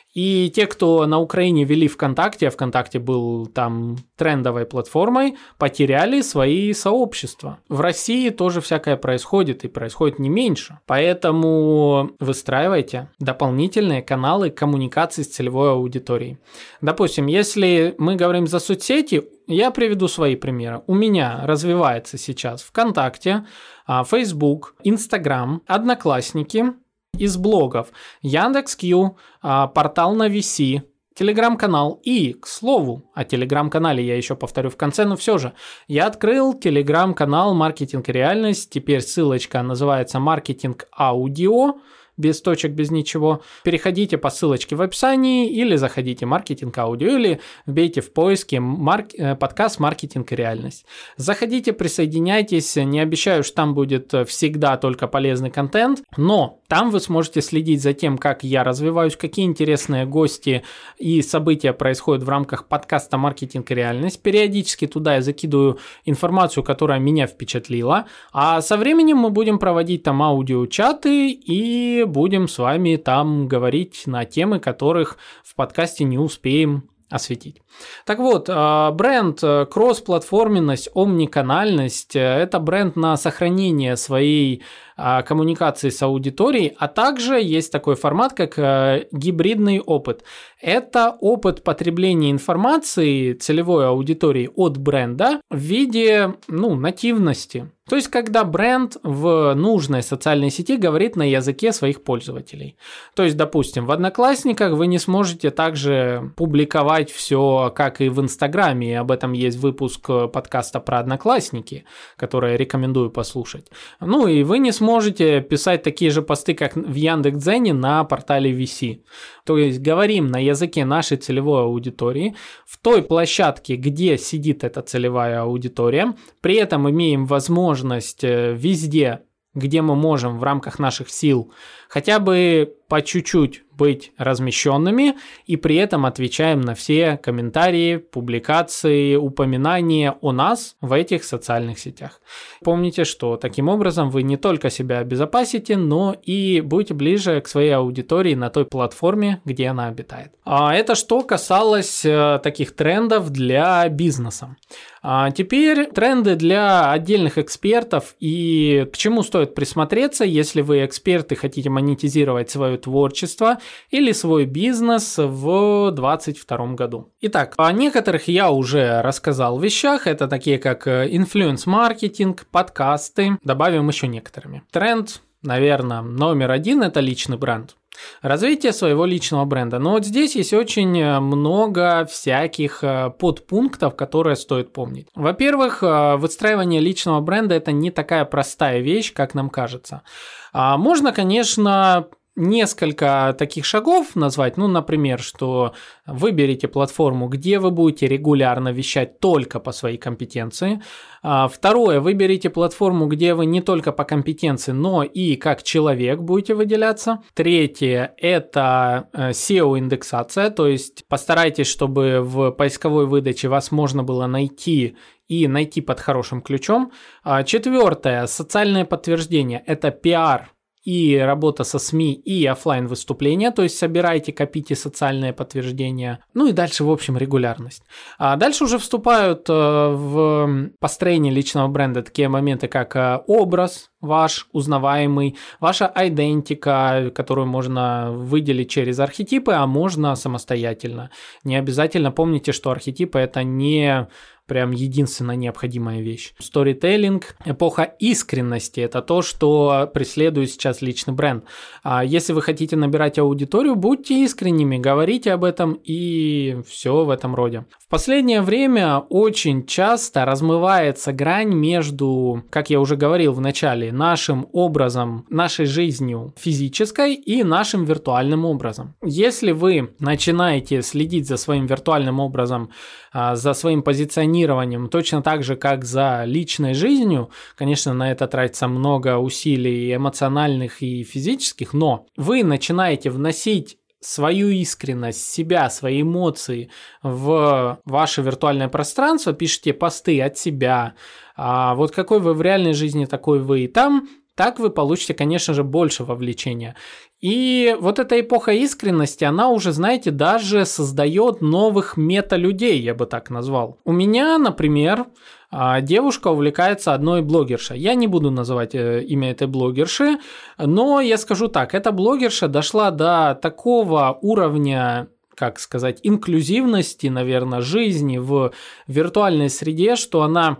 И те, кто на Украине вели ВКонтакте, а ВКонтакте был там трендовой платформой, потеряли свои сообщества. В России тоже всякое происходит, и происходит не меньше. Поэтому выстраивайте дополнительные каналы коммуникации с целевой аудиторией. Допустим, если мы говорим за соцсети, я приведу свои примеры. У меня развивается сейчас ВКонтакте, Facebook, Instagram, Одноклассники. Из блогов Яндекс.Кью, портал на VC, телеграм-канал и, к слову, о телеграм-канале я еще повторю в конце, но все же, я открыл телеграм-канал «Маркетинг и реальность», теперь ссылочка называется «Маркетинг Аудио», без точек, без ничего. Переходите по ссылочке в описании или заходите в «Маркетинг Аудио» или вбейте в поиске подкаст «Маркетинг и реальность». Заходите, присоединяйтесь. Не обещаю, что там будет всегда только полезный контент, но там вы сможете следить за тем, как я развиваюсь, какие интересные гости и события происходят в рамках подкаста «Маркетинг и реальность». Периодически туда я закидываю информацию, которая меня впечатлила, а со временем мы будем проводить там аудиочаты и будем с вами там говорить на темы, которых в подкасте не успеем осветить. Так вот, бренд кроссплатформенность, омниканальность – это бренд на сохранение своей коммуникации с аудиторией, а также есть такой формат, как гибридный опыт. Это опыт потребления информации целевой аудитории от бренда в виде нативности. То есть, когда бренд в нужной социальной сети говорит на языке своих пользователей. То есть, допустим, в Одноклассниках вы не сможете также публиковать все, как и в Инстаграме. И об этом есть выпуск подкаста про Одноклассники, который я рекомендую послушать. И вы не сможете писать такие же посты, как в Яндекс.Дзене на портале VC. То есть, говорим на языке нашей целевой аудитории, в той площадке, где сидит эта целевая аудитория, при этом имеем возможность везде, где мы можем в рамках наших сил хотя бы по чуть-чуть быть размещенными и при этом отвечаем на все комментарии, публикации, упоминания о нас в этих социальных сетях. Помните, что таким образом вы не только себя обезопасите, но и будете ближе к своей аудитории на той платформе, где она обитает. Это что касалось таких трендов для бизнеса. Теперь тренды для отдельных экспертов и к чему стоит присмотреться, если вы эксперты, хотите монетизировать свое творчество или свой бизнес в 2022 году. Итак, о некоторых я уже рассказал вещах, это такие как инфлюенс-маркетинг, подкасты, добавим еще некоторыми. Тренд, наверное, номер один – это личный бренд. Развитие своего личного бренда. Но вот здесь есть очень много всяких подпунктов, которые стоит помнить. Во-первых, выстраивание личного бренда – это не такая простая вещь, как нам кажется. Можно, конечно, несколько таких шагов назвать, например, что выберите платформу, где вы будете регулярно вещать только по своей компетенции. Второе, выберите платформу, где вы не только по компетенции, но и как человек будете выделяться. Третье, это SEO-индексация, то есть постарайтесь, чтобы в поисковой выдаче вас можно было найти и найти под хорошим ключом. Четвертое, социальное подтверждение, это пиар и работа со СМИ, и офлайн выступления, то есть собирайте, копите социальные подтверждения. Ну и дальше, в общем, регулярность. А дальше уже вступают в построение личного бренда такие моменты, как образ ваш, узнаваемый, ваша идентика, которую можно выделить через архетипы, а можно самостоятельно. Не обязательно помните, что архетипы – это не прям единственная необходимая вещь. Сторителлинг, эпоха искренности – это то, что преследует сейчас личный бренд. А если вы хотите набирать аудиторию, будьте искренними, говорите об этом и все в этом роде. В последнее время очень часто размывается грань между, как я уже говорил в начале, нашим образом, нашей жизнью физической и нашим виртуальным образом. Если вы начинаете следить за своим виртуальным образом, за своим позиционированием, точно так же, как за личной жизнью, конечно, на это тратится много усилий эмоциональных и физических, но вы начинаете вносить свою искренность, себя, свои эмоции в ваше виртуальное пространство, пишите посты от себя, вот какой вы в реальной жизни, такой вы и там, так вы получите, конечно же, больше вовлечения. И вот эта эпоха искренности, она уже, знаете, даже создает новых мета-людей, я бы так назвал. У меня, например, девушка увлекается одной блогершей. Я не буду называть имя этой блогерши, но я скажу так, эта блогерша дошла до такого уровня, как сказать, инклюзивности, наверное, жизни в виртуальной среде, что она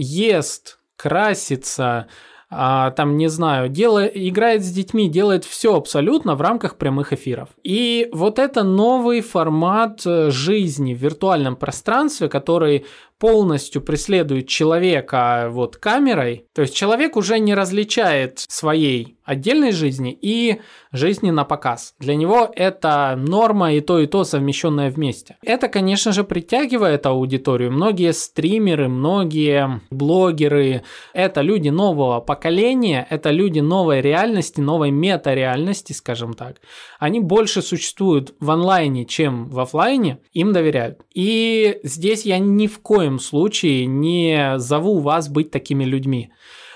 ест, красится, там, не знаю, играет с детьми, делает все абсолютно в рамках прямых эфиров. И вот это новый формат жизни в виртуальном пространстве, который полностью преследует человека вот камерой, то есть человек уже не различает своей отдельной жизни и жизни на показ. Для него это норма и то совмещенное вместе. Это, конечно же, притягивает аудиторию. Многие стримеры, многие блогеры – это люди нового поколения, это люди новой реальности, новой мета-реальности, скажем так. Они больше существуют в онлайне, чем в офлайне, им доверяют. И здесь я ни в коем случае не зову вас быть такими людьми.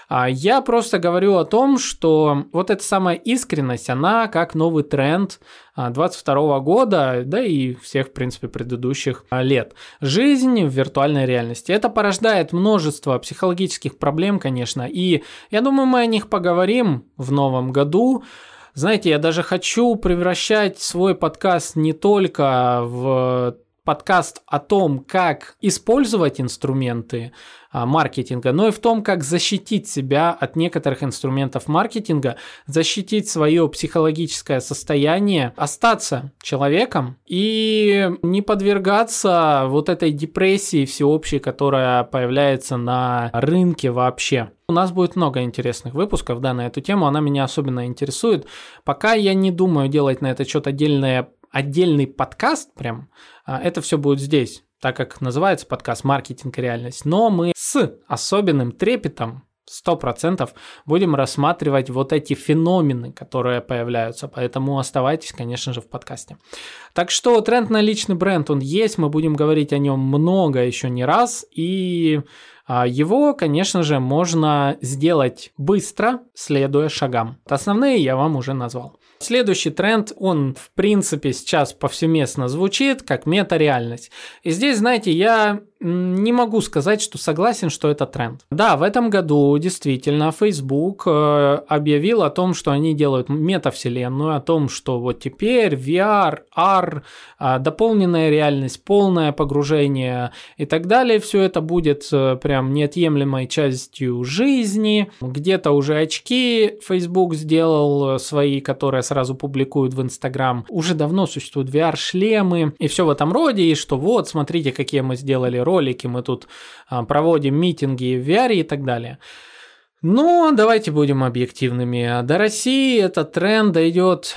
Я просто говорю о том, что вот эта самая искренность, она как новый тренд 2022 года, да и всех, в принципе, предыдущих лет. Жизнь в виртуальной реальности. Это порождает множество психологических проблем, конечно, и я думаю, мы о них поговорим в новом году. Знаете, я даже хочу превращать свой подкаст не только в подкаст о том, как использовать инструменты маркетинга, но и в том, как защитить себя от некоторых инструментов маркетинга, защитить свое психологическое состояние, остаться человеком и не подвергаться вот этой депрессии всеобщей, которая появляется на рынке вообще. У нас будет много интересных выпусков, да, на эту тему, она меня особенно интересует. Пока я не думаю делать на этот счет отдельный подкаст прям, это все будет здесь, так как называется подкаст «Маркетинг и реальность». Но мы с особенным трепетом 100% будем рассматривать вот эти феномены, которые появляются, поэтому оставайтесь, конечно же, в подкасте. Так что тренд на личный бренд, он есть, мы будем говорить о нем много еще не раз, и его, конечно же, можно сделать быстро, следуя шагам. Основные я вам уже назвал. Следующий тренд, он, в принципе, сейчас повсеместно звучит, как мета-реальность. И здесь, знаете, я не могу сказать, что согласен, что это тренд. Да, в этом году действительно Facebook объявил о том, что они делают метавселенную, о том, что вот теперь VR, AR, дополненная реальность, полное погружение и так далее, все это будет прям неотъемлемой частью жизни. Где-то уже очки Facebook сделал свои, которые сразу публикуют в Instagram. Уже давно существуют VR-шлемы и все в этом роде, и что вот, смотрите, какие мы сделали ролики, мы тут проводим митинги в VR и так далее. Но давайте будем объективными. До России этот тренд дойдет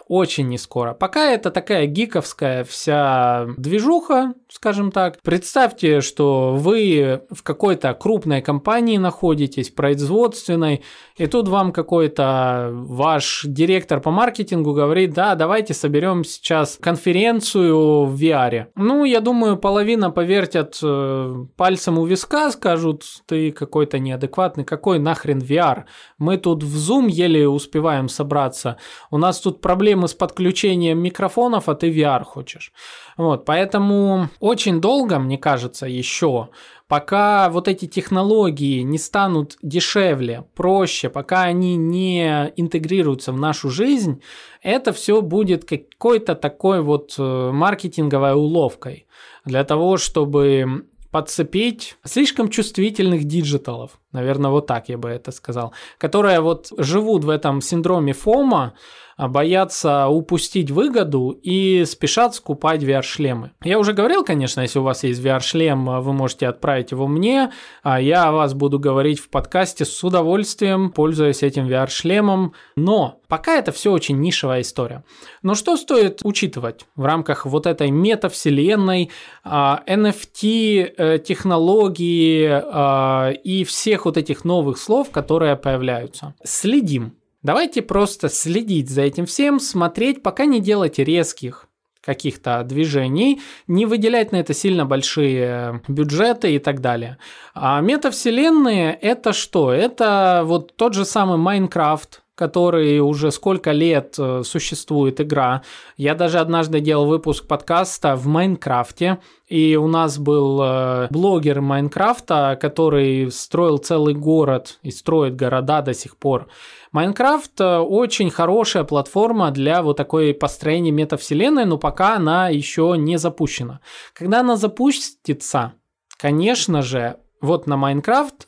очень не скоро. Пока это такая гиковская вся движуха, скажем так. Представьте, что вы в какой-то крупной компании находитесь, производственной, и тут вам какой-то ваш директор по маркетингу говорит: да, давайте соберем сейчас конференцию в VR. Ну, я думаю, половина повертят пальцем у виска, скажут: ты какой-то неадекватный, какой нахрен VR? Мы тут в Zoom еле успеваем собраться, у нас тут проблемы с подключением микрофонов, а ты VR хочешь. Вот, поэтому очень долго, мне кажется, еще, пока вот эти технологии не станут дешевле, проще, пока они не интегрируются в нашу жизнь, это все будет какой-то такой вот маркетинговой уловкой для того, чтобы подцепить слишком чувствительных диджиталов, наверное, вот так я бы это сказал, которые вот живут в этом синдроме ФОМО, боятся упустить выгоду и спешат скупать VR-шлемы. Я уже говорил, конечно, если у вас есть VR-шлем, вы можете отправить его мне, а я о вас буду говорить в подкасте с удовольствием, пользуясь этим VR-шлемом, но пока это все очень нишевая история. Но что стоит учитывать в рамках вот этой метавселенной, NFT, технологии и всех вот этих новых слов, которые появляются? Следим. Давайте просто следить за этим всем, смотреть, пока не делать резких каких-то движений, не выделять на это сильно большие бюджеты и так далее. А метавселенные – это что? Это вот тот же самый Майнкрафт, который уже сколько лет существует игра. Я даже однажды делал выпуск подкаста в Майнкрафте, и у нас был блогер Майнкрафта, который строил целый город и строит города до сих пор. Майнкрафт очень хорошая платформа для вот такой построения метавселенной, но пока она еще не запущена. Когда она запустится, конечно же, вот на Майнкрафт,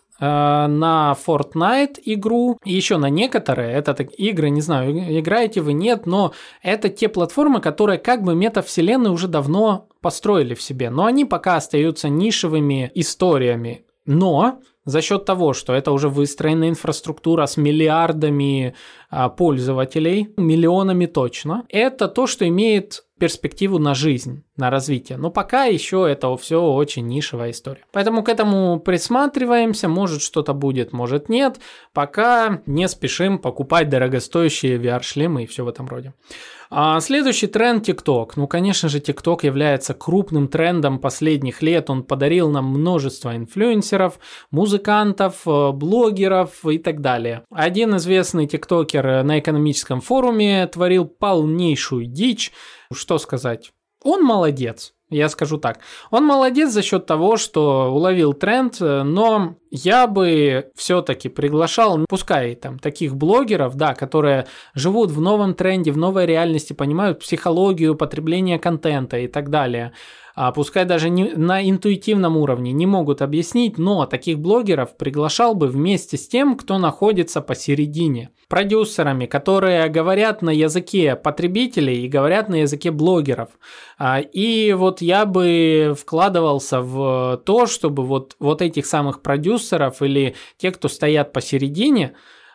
на Fortnite игру и еще на некоторые, это игры, не знаю, играете вы, нет, но это те платформы, которые как бы метавселенные уже давно построили в себе, но они пока остаются нишевыми историями. Но за счет того, что это уже выстроенная инфраструктура с миллиардами пользователей, миллионами точно, это то, что имеет перспективу на жизнь, на развитие. Но пока еще это все очень нишевая история. Поэтому к этому присматриваемся, может что-то будет, может нет. Пока не спешим покупать дорогостоящие VR-шлемы и все в этом роде. Следующий тренд – TikTok. Ну, конечно же, TikTok является крупным трендом последних лет. Он подарил нам множество инфлюенсеров, музыкантов, блогеров и так далее. Один известный тиктокер на экономическом форуме творил полнейшую дичь. Что сказать? Он молодец. Я скажу так. Он молодец за счет того, что уловил тренд, но я бы все-таки приглашал, пускай там таких блогеров, да, которые живут в новом тренде, в новой реальности, понимают психологию потребления контента и так далее. Пускай даже на интуитивном уровне не могут объяснить, но таких блогеров приглашал бы вместе с тем, кто находится посередине. Продюсерами, которые говорят на языке потребителей и говорят на языке блогеров. И вот я бы вкладывался в то, чтобы вот этих самых продюсеров или те, кто стоят посередине,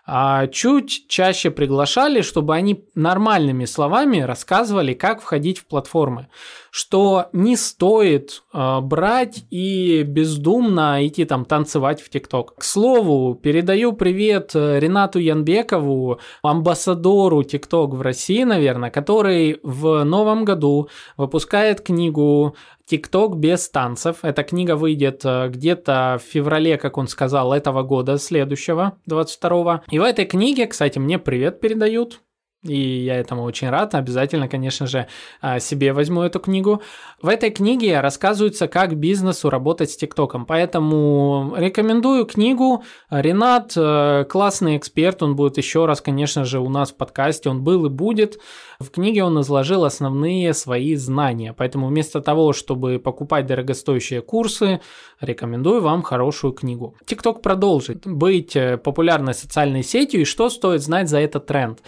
чуть чаще приглашали, чтобы они нормальными словами рассказывали, как входить в платформы. Что не стоит брать и бездумно идти там танцевать в ТикТок. К слову, передаю привет Ренату Янбекову, амбассадору ТикТок в России, наверное, который в новом году выпускает книгу «ТикТок без танцев». Эта книга выйдет где-то в феврале, как он сказал, этого года, следующего, 22-го. И в этой книге, кстати, мне привет передают. И я этому очень рад. Обязательно, конечно же, себе возьму эту книгу. В этой книге рассказывается, как бизнесу работать с ТикТоком. Поэтому рекомендую книгу. Ренат классный эксперт. Он будет еще раз, конечно же, у нас в подкасте. Он был и будет. В книге он изложил основные свои знания. Поэтому вместо того, чтобы покупать дорогостоящие курсы, рекомендую вам хорошую книгу. ТикТок продолжит быть популярной социальной сетью. И что стоит знать за этот тренд?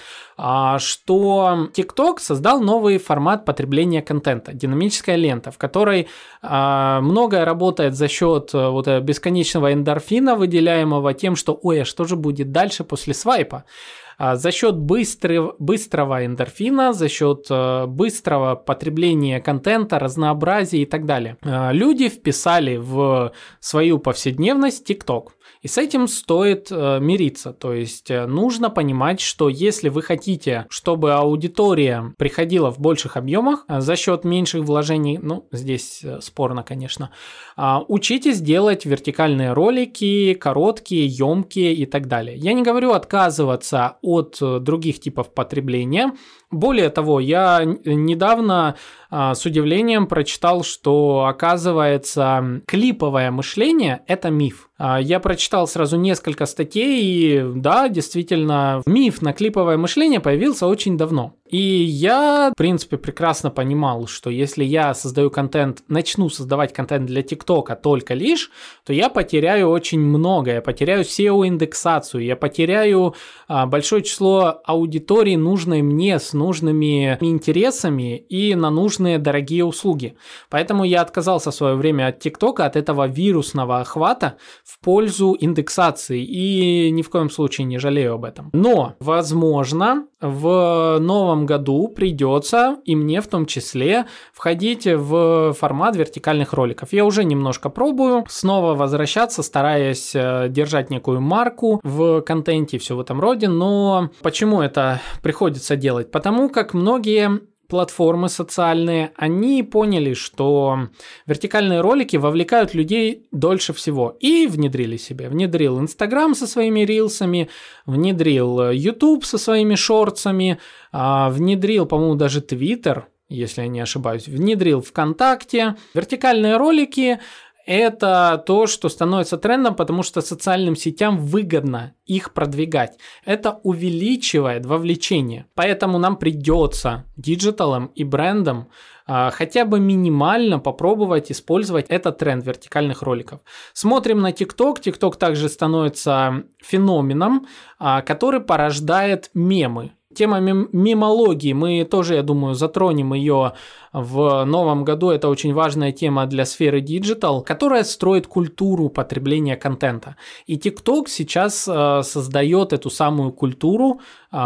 Что TikTok создал новый формат потребления контента, динамическая лента, в которой многое работает за счет вот бесконечного эндорфина, выделяемого тем, что «ой, а что же будет дальше после свайпа?». За счет быстрого эндорфина, за счет быстрого потребления контента, разнообразия и так далее. Люди вписали в свою повседневность TikTok. И с этим стоит мириться, то есть нужно понимать, что если вы хотите, чтобы аудитория приходила в больших объемах за счет меньших вложений, здесь спорно, конечно, учитесь делать вертикальные ролики, короткие, емкие и так далее. Я не говорю отказываться от других типов потребления. Более того, я недавно с удивлением прочитал, что, оказывается, клиповое мышление – это миф. Я прочитал сразу несколько статей, и да, действительно, миф на клиповое мышление появился очень давно. И я, в принципе, прекрасно понимал, что если я начну создавать контент для ТикТока только лишь, то я потеряю очень много. Я потеряю SEO-индексацию, я потеряю большое число аудитории, нужной мне, с нужными интересами и на нужные дорогие услуги. Поэтому я отказался в свое время от ТикТока, от этого вирусного охвата в пользу индексации. И ни в коем случае не жалею об этом. Но, возможно, в новом году придется, и мне в том числе, входить в формат вертикальных роликов. Я уже немножко пробую, снова возвращаться, стараясь держать некую марку в контенте и все в этом роде, но почему это приходится делать? Потому как многие платформы социальные, они поняли, что вертикальные ролики вовлекают людей дольше всего и внедрили себе. Внедрил Instagram со своими рилсами, внедрил YouTube со своими шортсами, внедрил, по-моему, даже Twitter, если я не ошибаюсь, внедрил ВКонтакте. Вертикальные ролики – это то, что становится трендом, потому что социальным сетям выгодно их продвигать. Это увеличивает вовлечение. Поэтому нам придется диджиталам и брендам хотя бы минимально попробовать использовать этот тренд вертикальных роликов. Смотрим на TikTok. TikTok также становится феноменом, который порождает мемы. Тема мемологии, мы тоже, я думаю, затронем ее в новом году. Это очень важная тема для сферы диджитал, которая строит культуру потребления контента. И TikTok сейчас создает эту самую культуру.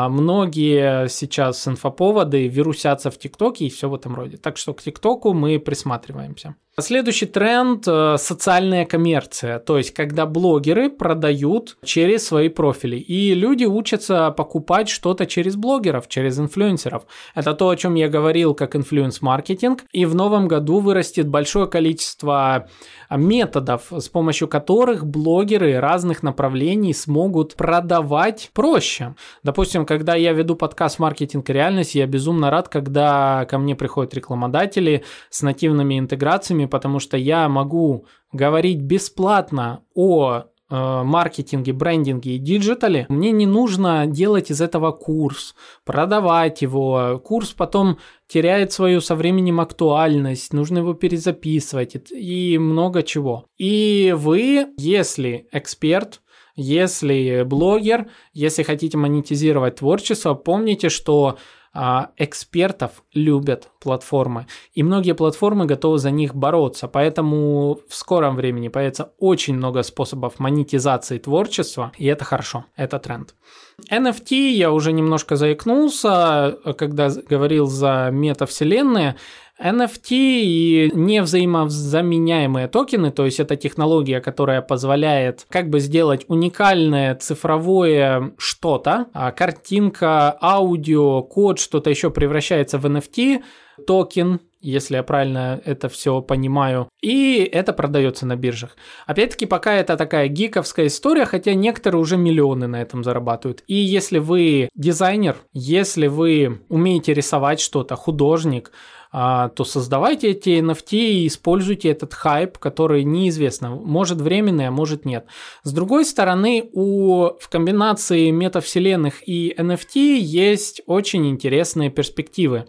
Многие сейчас инфоповоды вирусятся в ТикТоке и все в этом роде. Так что к ТикТоку мы присматриваемся. Следующий тренд – социальная коммерция, то есть когда блогеры продают через свои профили, и люди учатся покупать что-то через блогеров, через инфлюенсеров. Это то, о чем я говорил, как инфлюенс-маркетинг, и в новом году вырастет большое количество методов, с помощью которых блогеры разных направлений смогут продавать проще. Допустим, когда я веду подкаст «Маркетинг и реальность», я безумно рад, когда ко мне приходят рекламодатели с нативными интеграциями, потому что я могу говорить бесплатно о маркетинге, брендинге и диджитале. Мне не нужно делать из этого курс, продавать его. Курс потом теряет свою со временем актуальность, нужно его перезаписывать и много чего. И вы, если эксперт, если блогер, если хотите монетизировать творчество, помните, что экспертов любят платформы, и многие платформы готовы за них бороться, поэтому в скором времени появится очень много способов монетизации творчества, и это хорошо, это тренд. NFT, я уже немножко заикнулся, когда говорил за метавселенные. NFT и невзаимозаменяемые токены, то есть это технология, которая позволяет как бы сделать уникальное цифровое что-то, картинка, аудио, код, что-то еще превращается в NFT, токен, если я правильно это все понимаю, и это продается на биржах. Опять-таки, пока это такая гиковская история, хотя некоторые уже миллионы на этом зарабатывают. И если вы дизайнер, если вы умеете рисовать что-то, художник, то создавайте эти NFT и используйте этот хайп, который неизвестно, может временный, а может нет. С другой стороны, в комбинации метавселенных и NFT есть очень интересные перспективы.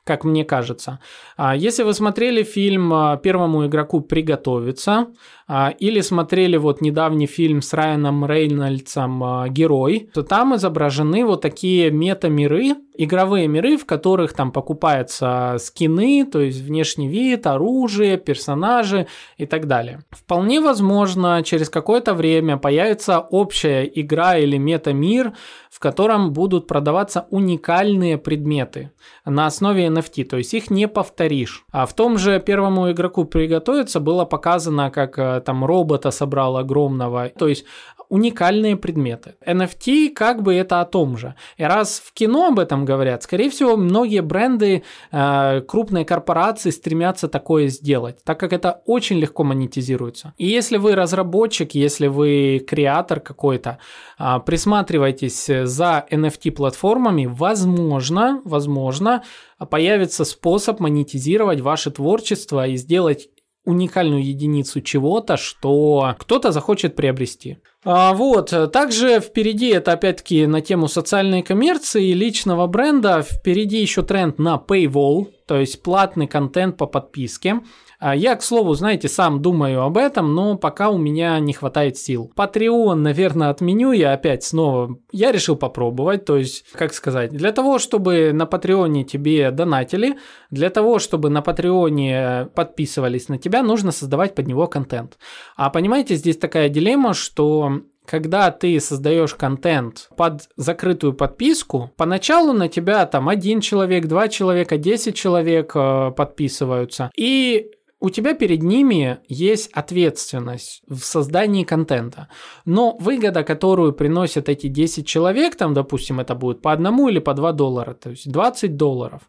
как мне кажется. Если вы смотрели фильм «Первому игроку приготовиться», или смотрели вот недавний фильм с Райаном Рейнольдсом «Герой», то там изображены вот такие мета-миры, игровые миры, в которых там покупаются скины, то есть внешний вид, оружие, персонажи и так далее. Вполне возможно, через какое-то время появится общая игра или мета-мир, в котором будут продаваться уникальные предметы на основе NFT, то есть их не повторишь. А в том же «Первому игроку приготовиться» было показано, как там робота собрал огромного, то есть уникальные предметы. NFT как бы это о том же. И раз в кино об этом говорят, скорее всего, многие бренды, крупные корпорации стремятся такое сделать, так как это очень легко монетизируется. И если вы разработчик, если вы креатор какой-то, присматривайтесь за NFT-платформами, возможно, появится способ монетизировать ваше творчество и сделать уникальную единицу чего-то, что кто-то захочет приобрести. Также впереди, это опять-таки на тему социальной коммерции и личного бренда, впереди еще тренд на paywall, то есть платный контент по подписке. Я, к слову, знаете, сам думаю об этом, но пока у меня не хватает сил. Patreon, наверное, отменю я опять снова. Я решил попробовать, то есть, как сказать, для того, чтобы на Патреоне тебе донатили, для того, чтобы на Патреоне подписывались на тебя, нужно создавать под него контент. А понимаете, здесь такая дилемма, что когда ты создаешь контент под закрытую подписку, поначалу на тебя там 1 человек, 2 человека, 10 человек подписываются, и у тебя перед ними есть ответственность в создании контента. Но выгода, которую приносят эти 10 человек, там, допустим, это будет по 1 или по $2, то есть $20.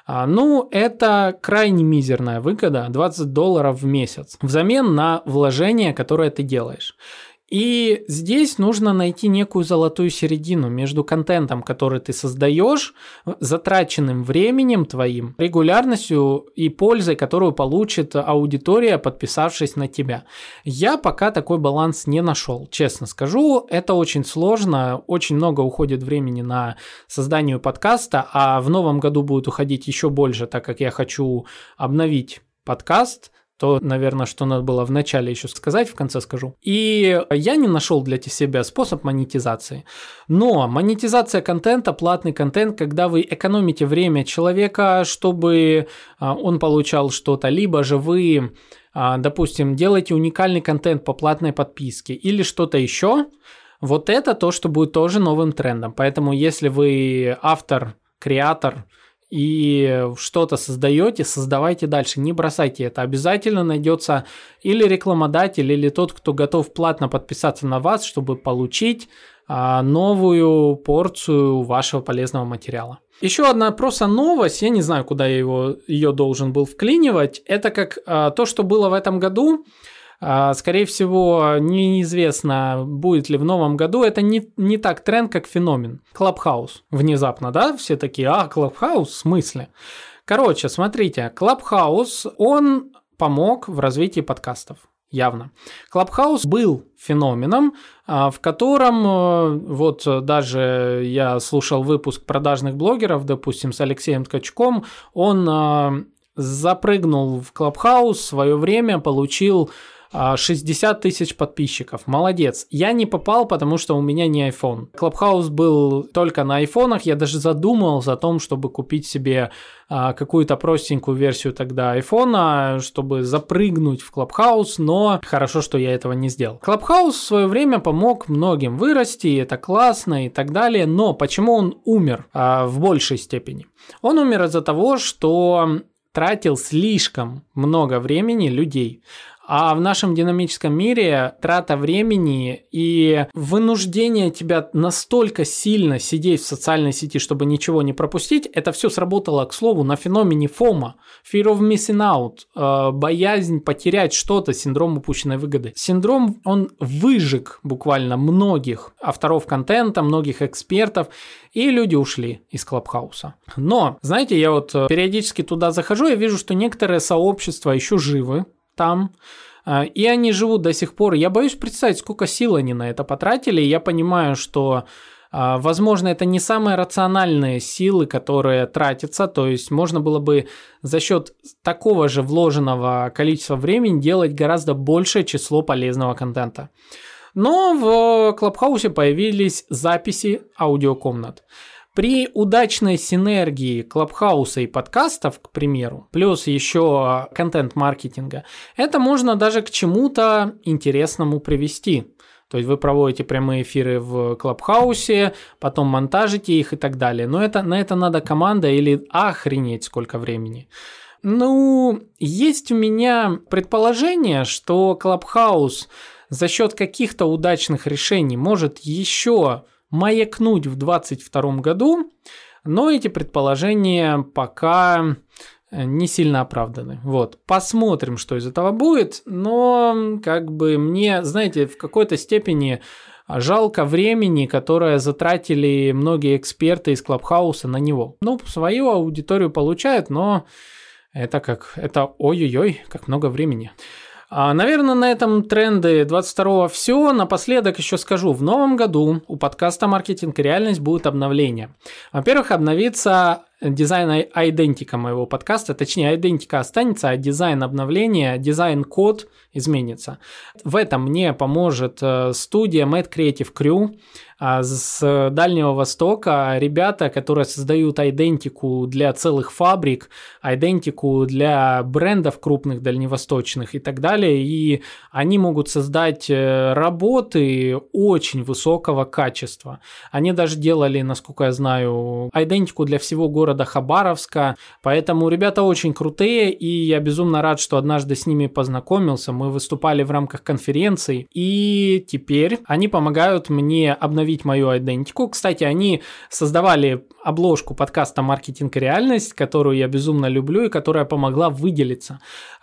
Это крайне мизерная выгода, $20 в месяц, взамен на вложение, которое ты делаешь. И здесь нужно найти некую золотую середину между контентом, который ты создаешь, затраченным временем твоим, регулярностью и пользой, которую получит аудитория, подписавшись на тебя. Я пока такой баланс не нашел, честно скажу. Это очень сложно, очень много уходит времени на создание подкаста, а в новом году будет уходить еще больше, так как я хочу обновить подкаст. То, наверное, что надо было в начале еще сказать, в конце скажу. И я не нашел для себя способ монетизации. Но монетизация контента, платный контент, когда вы экономите время человека, чтобы он получал что-то, либо же вы, допустим, делаете уникальный контент по платной подписке или что-то еще, вот это то, что будет тоже новым трендом. Поэтому если вы автор, креатор, и что-то создаете, создавайте дальше, не бросайте это. Обязательно найдется или рекламодатель, или тот, кто готов платно подписаться на вас, чтобы получить новую порцию вашего полезного материала. Еще одна просто новость, я не знаю, куда я ее должен был вклинивать, это как то, что было в этом году. Скорее всего, неизвестно, будет ли в новом году. Это не так тренд, как феномен. Clubhouse. Внезапно, да? Все такие, Clubhouse? В смысле? Короче, смотрите, Clubhouse, он помог в развитии подкастов. Явно. Clubhouse был феноменом, в котором, вот даже я слушал выпуск продажных блогеров, допустим, с Алексеем Ткачком, он запрыгнул в Clubhouse, в свое время получил 60 тысяч подписчиков. Молодец. Я не попал, потому что у меня не iPhone. Clubhouse был только на айфонах. Я даже задумывался о том, чтобы купить себе какую-то простенькую версию тогда айфона, чтобы запрыгнуть в Clubhouse, но хорошо, что я этого не сделал. Clubhouse в свое время помог многим вырасти, и это классно и так далее, но почему он умер в большей степени? Он умер из-за того, что тратил слишком много времени людей. А в нашем динамическом мире трата времени и вынуждение тебя настолько сильно сидеть в социальной сети, чтобы ничего не пропустить, это все сработало, к слову, на феномене FOMO, Fear of Missing Out, боязнь потерять что-то, синдром упущенной выгоды. Синдром, он выжег буквально многих авторов контента, многих экспертов, и люди ушли из Клабхауса. Но, знаете, я вот периодически туда захожу, и вижу, что некоторые сообщества еще живы там, и они живут до сих пор. Я боюсь представить, сколько сил они на это потратили, и я понимаю, что Возможно, это не самые рациональные силы, которые тратятся, то есть можно было бы за счет такого же вложенного количества времени делать гораздо большее число полезного контента. Но в Клабхаусе появились записи аудиокомнат. При удачной синергии Клабхауса и подкастов, к примеру, плюс еще контент-маркетинга, это можно даже к чему-то интересному привести. То есть вы проводите прямые эфиры в Клабхаусе, потом монтажите их и так далее. Но на это надо команда или охренеть сколько времени. Есть у меня предположение, что Клабхаус за счет каких-то удачных решений может еще маякнуть в 2022 году, но эти предположения пока не сильно оправданы. Посмотрим, что из этого будет, но мне, знаете, в какой-то степени жалко времени, которое затратили многие эксперты из Клабхауса на него. Свою аудиторию получают, но это ой-ой-ой, как много времени. Наверное, на этом тренды 22-го все. Напоследок еще скажу, в новом году у подкаста «Маркетинг и реальность» будет обновление. Во-первых, обновится дизайн идентика моего подкаста, точнее, идентика останется, а дизайн обновления, дизайн-код изменится. В этом мне поможет студия Mad Creative Crew с Дальнего Востока, ребята, которые создают идентику для целых фабрик, идентику для брендов крупных дальневосточных и так далее, и они могут создать работы очень высокого качества. Они даже делали, насколько я знаю, идентику для всего города Хабаровска, поэтому ребята очень крутые, и я безумно рад, что однажды с ними познакомился. Мы выступали в рамках конференции, и теперь они помогают мне обновить мою идентику. Кстати, они создавали обложку подкаста «Маркетинг и реальность», которую я безумно люблю и которая помогла выделиться.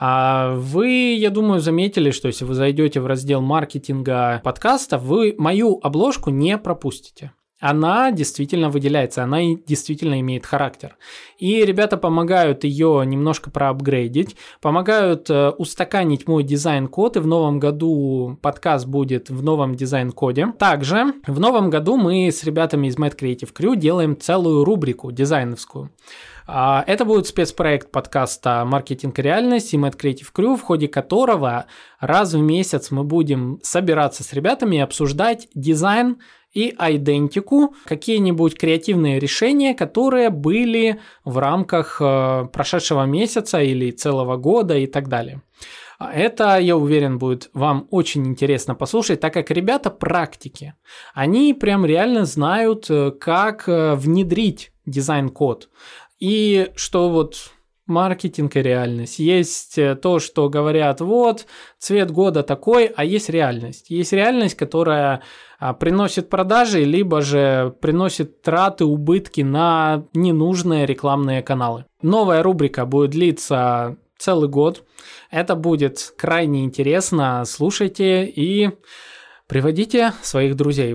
Вы, я думаю, заметили, что если вы зайдете в раздел маркетинга подкаста, вы мою обложку не пропустите. Она действительно выделяется, она действительно имеет характер. И ребята помогают ее немножко проапгрейдить, помогают устаканить мой дизайн-код, и в новом году подкаст будет в новом дизайн-коде. Также в новом году мы с ребятами из Mad Creative Crew делаем целую рубрику дизайновскую. Это будет спецпроект подкаста «Маркетинг и реальность» и Mad Creative Crew, в ходе которого раз в месяц мы будем собираться с ребятами и обсуждать дизайн и идентику, какие-нибудь креативные решения, которые были в рамках прошедшего месяца или целого года и так далее. Это, я уверен, будет вам очень интересно послушать, так как ребята практики. Они прям реально знают, как внедрить дизайн-код. И что маркетинг и реальность. Есть то, что говорят, цвет года такой, а есть реальность. Есть реальность, которая приносит продажи, либо же приносит траты, убытки на ненужные рекламные каналы. Новая рубрика будет длиться целый год. Это будет крайне интересно. Слушайте и приводите своих друзей.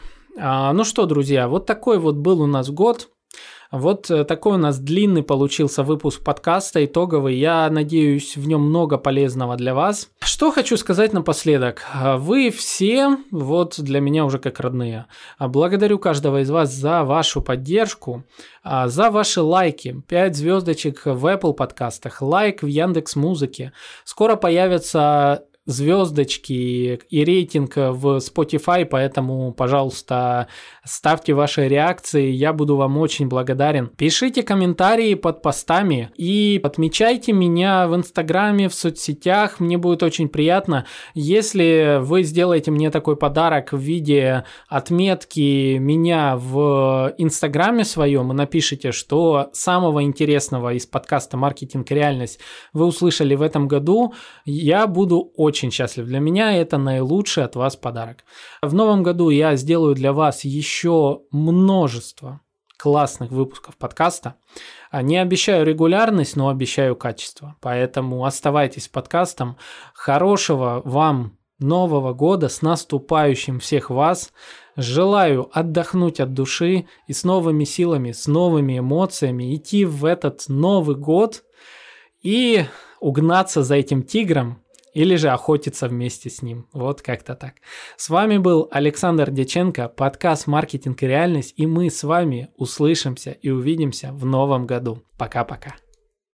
Ну что, друзья, такой был у нас год. Такой у нас длинный получился выпуск подкаста, итоговый. Я надеюсь, в нем много полезного для вас. Что хочу сказать напоследок. Вы все, для меня уже как родные. Благодарю каждого из вас за вашу поддержку, за ваши лайки. 5 звездочек в Apple подкастах, лайк в Яндекс.Музыке. Скоро появятся звездочки и рейтинг в Spotify, поэтому, пожалуйста, ставьте ваши реакции, я буду вам очень благодарен. Пишите комментарии под постами и отмечайте меня в Инстаграме, в соцсетях, мне будет очень приятно, если вы сделаете мне такой подарок в виде отметки меня в Инстаграме своем и напишите, что самого интересного из подкаста «Маркетинг и реальность» вы услышали в этом году, я буду очень счастлив. Для меня это наилучший от вас подарок. В новом году я сделаю для вас еще множество классных выпусков подкаста. Не обещаю регулярность, но обещаю качество. Поэтому оставайтесь с подкастом. Хорошего вам Нового года, с наступающим всех вас. Желаю отдохнуть от души и с новыми силами, с новыми эмоциями идти в этот Новый год и угнаться за этим тигром Или же охотиться вместе с ним. Вот как-то так. С вами был Александр Дьяченко, подкаст «Маркетинг и реальность», и мы с вами услышимся и увидимся в новом году. Пока-пока.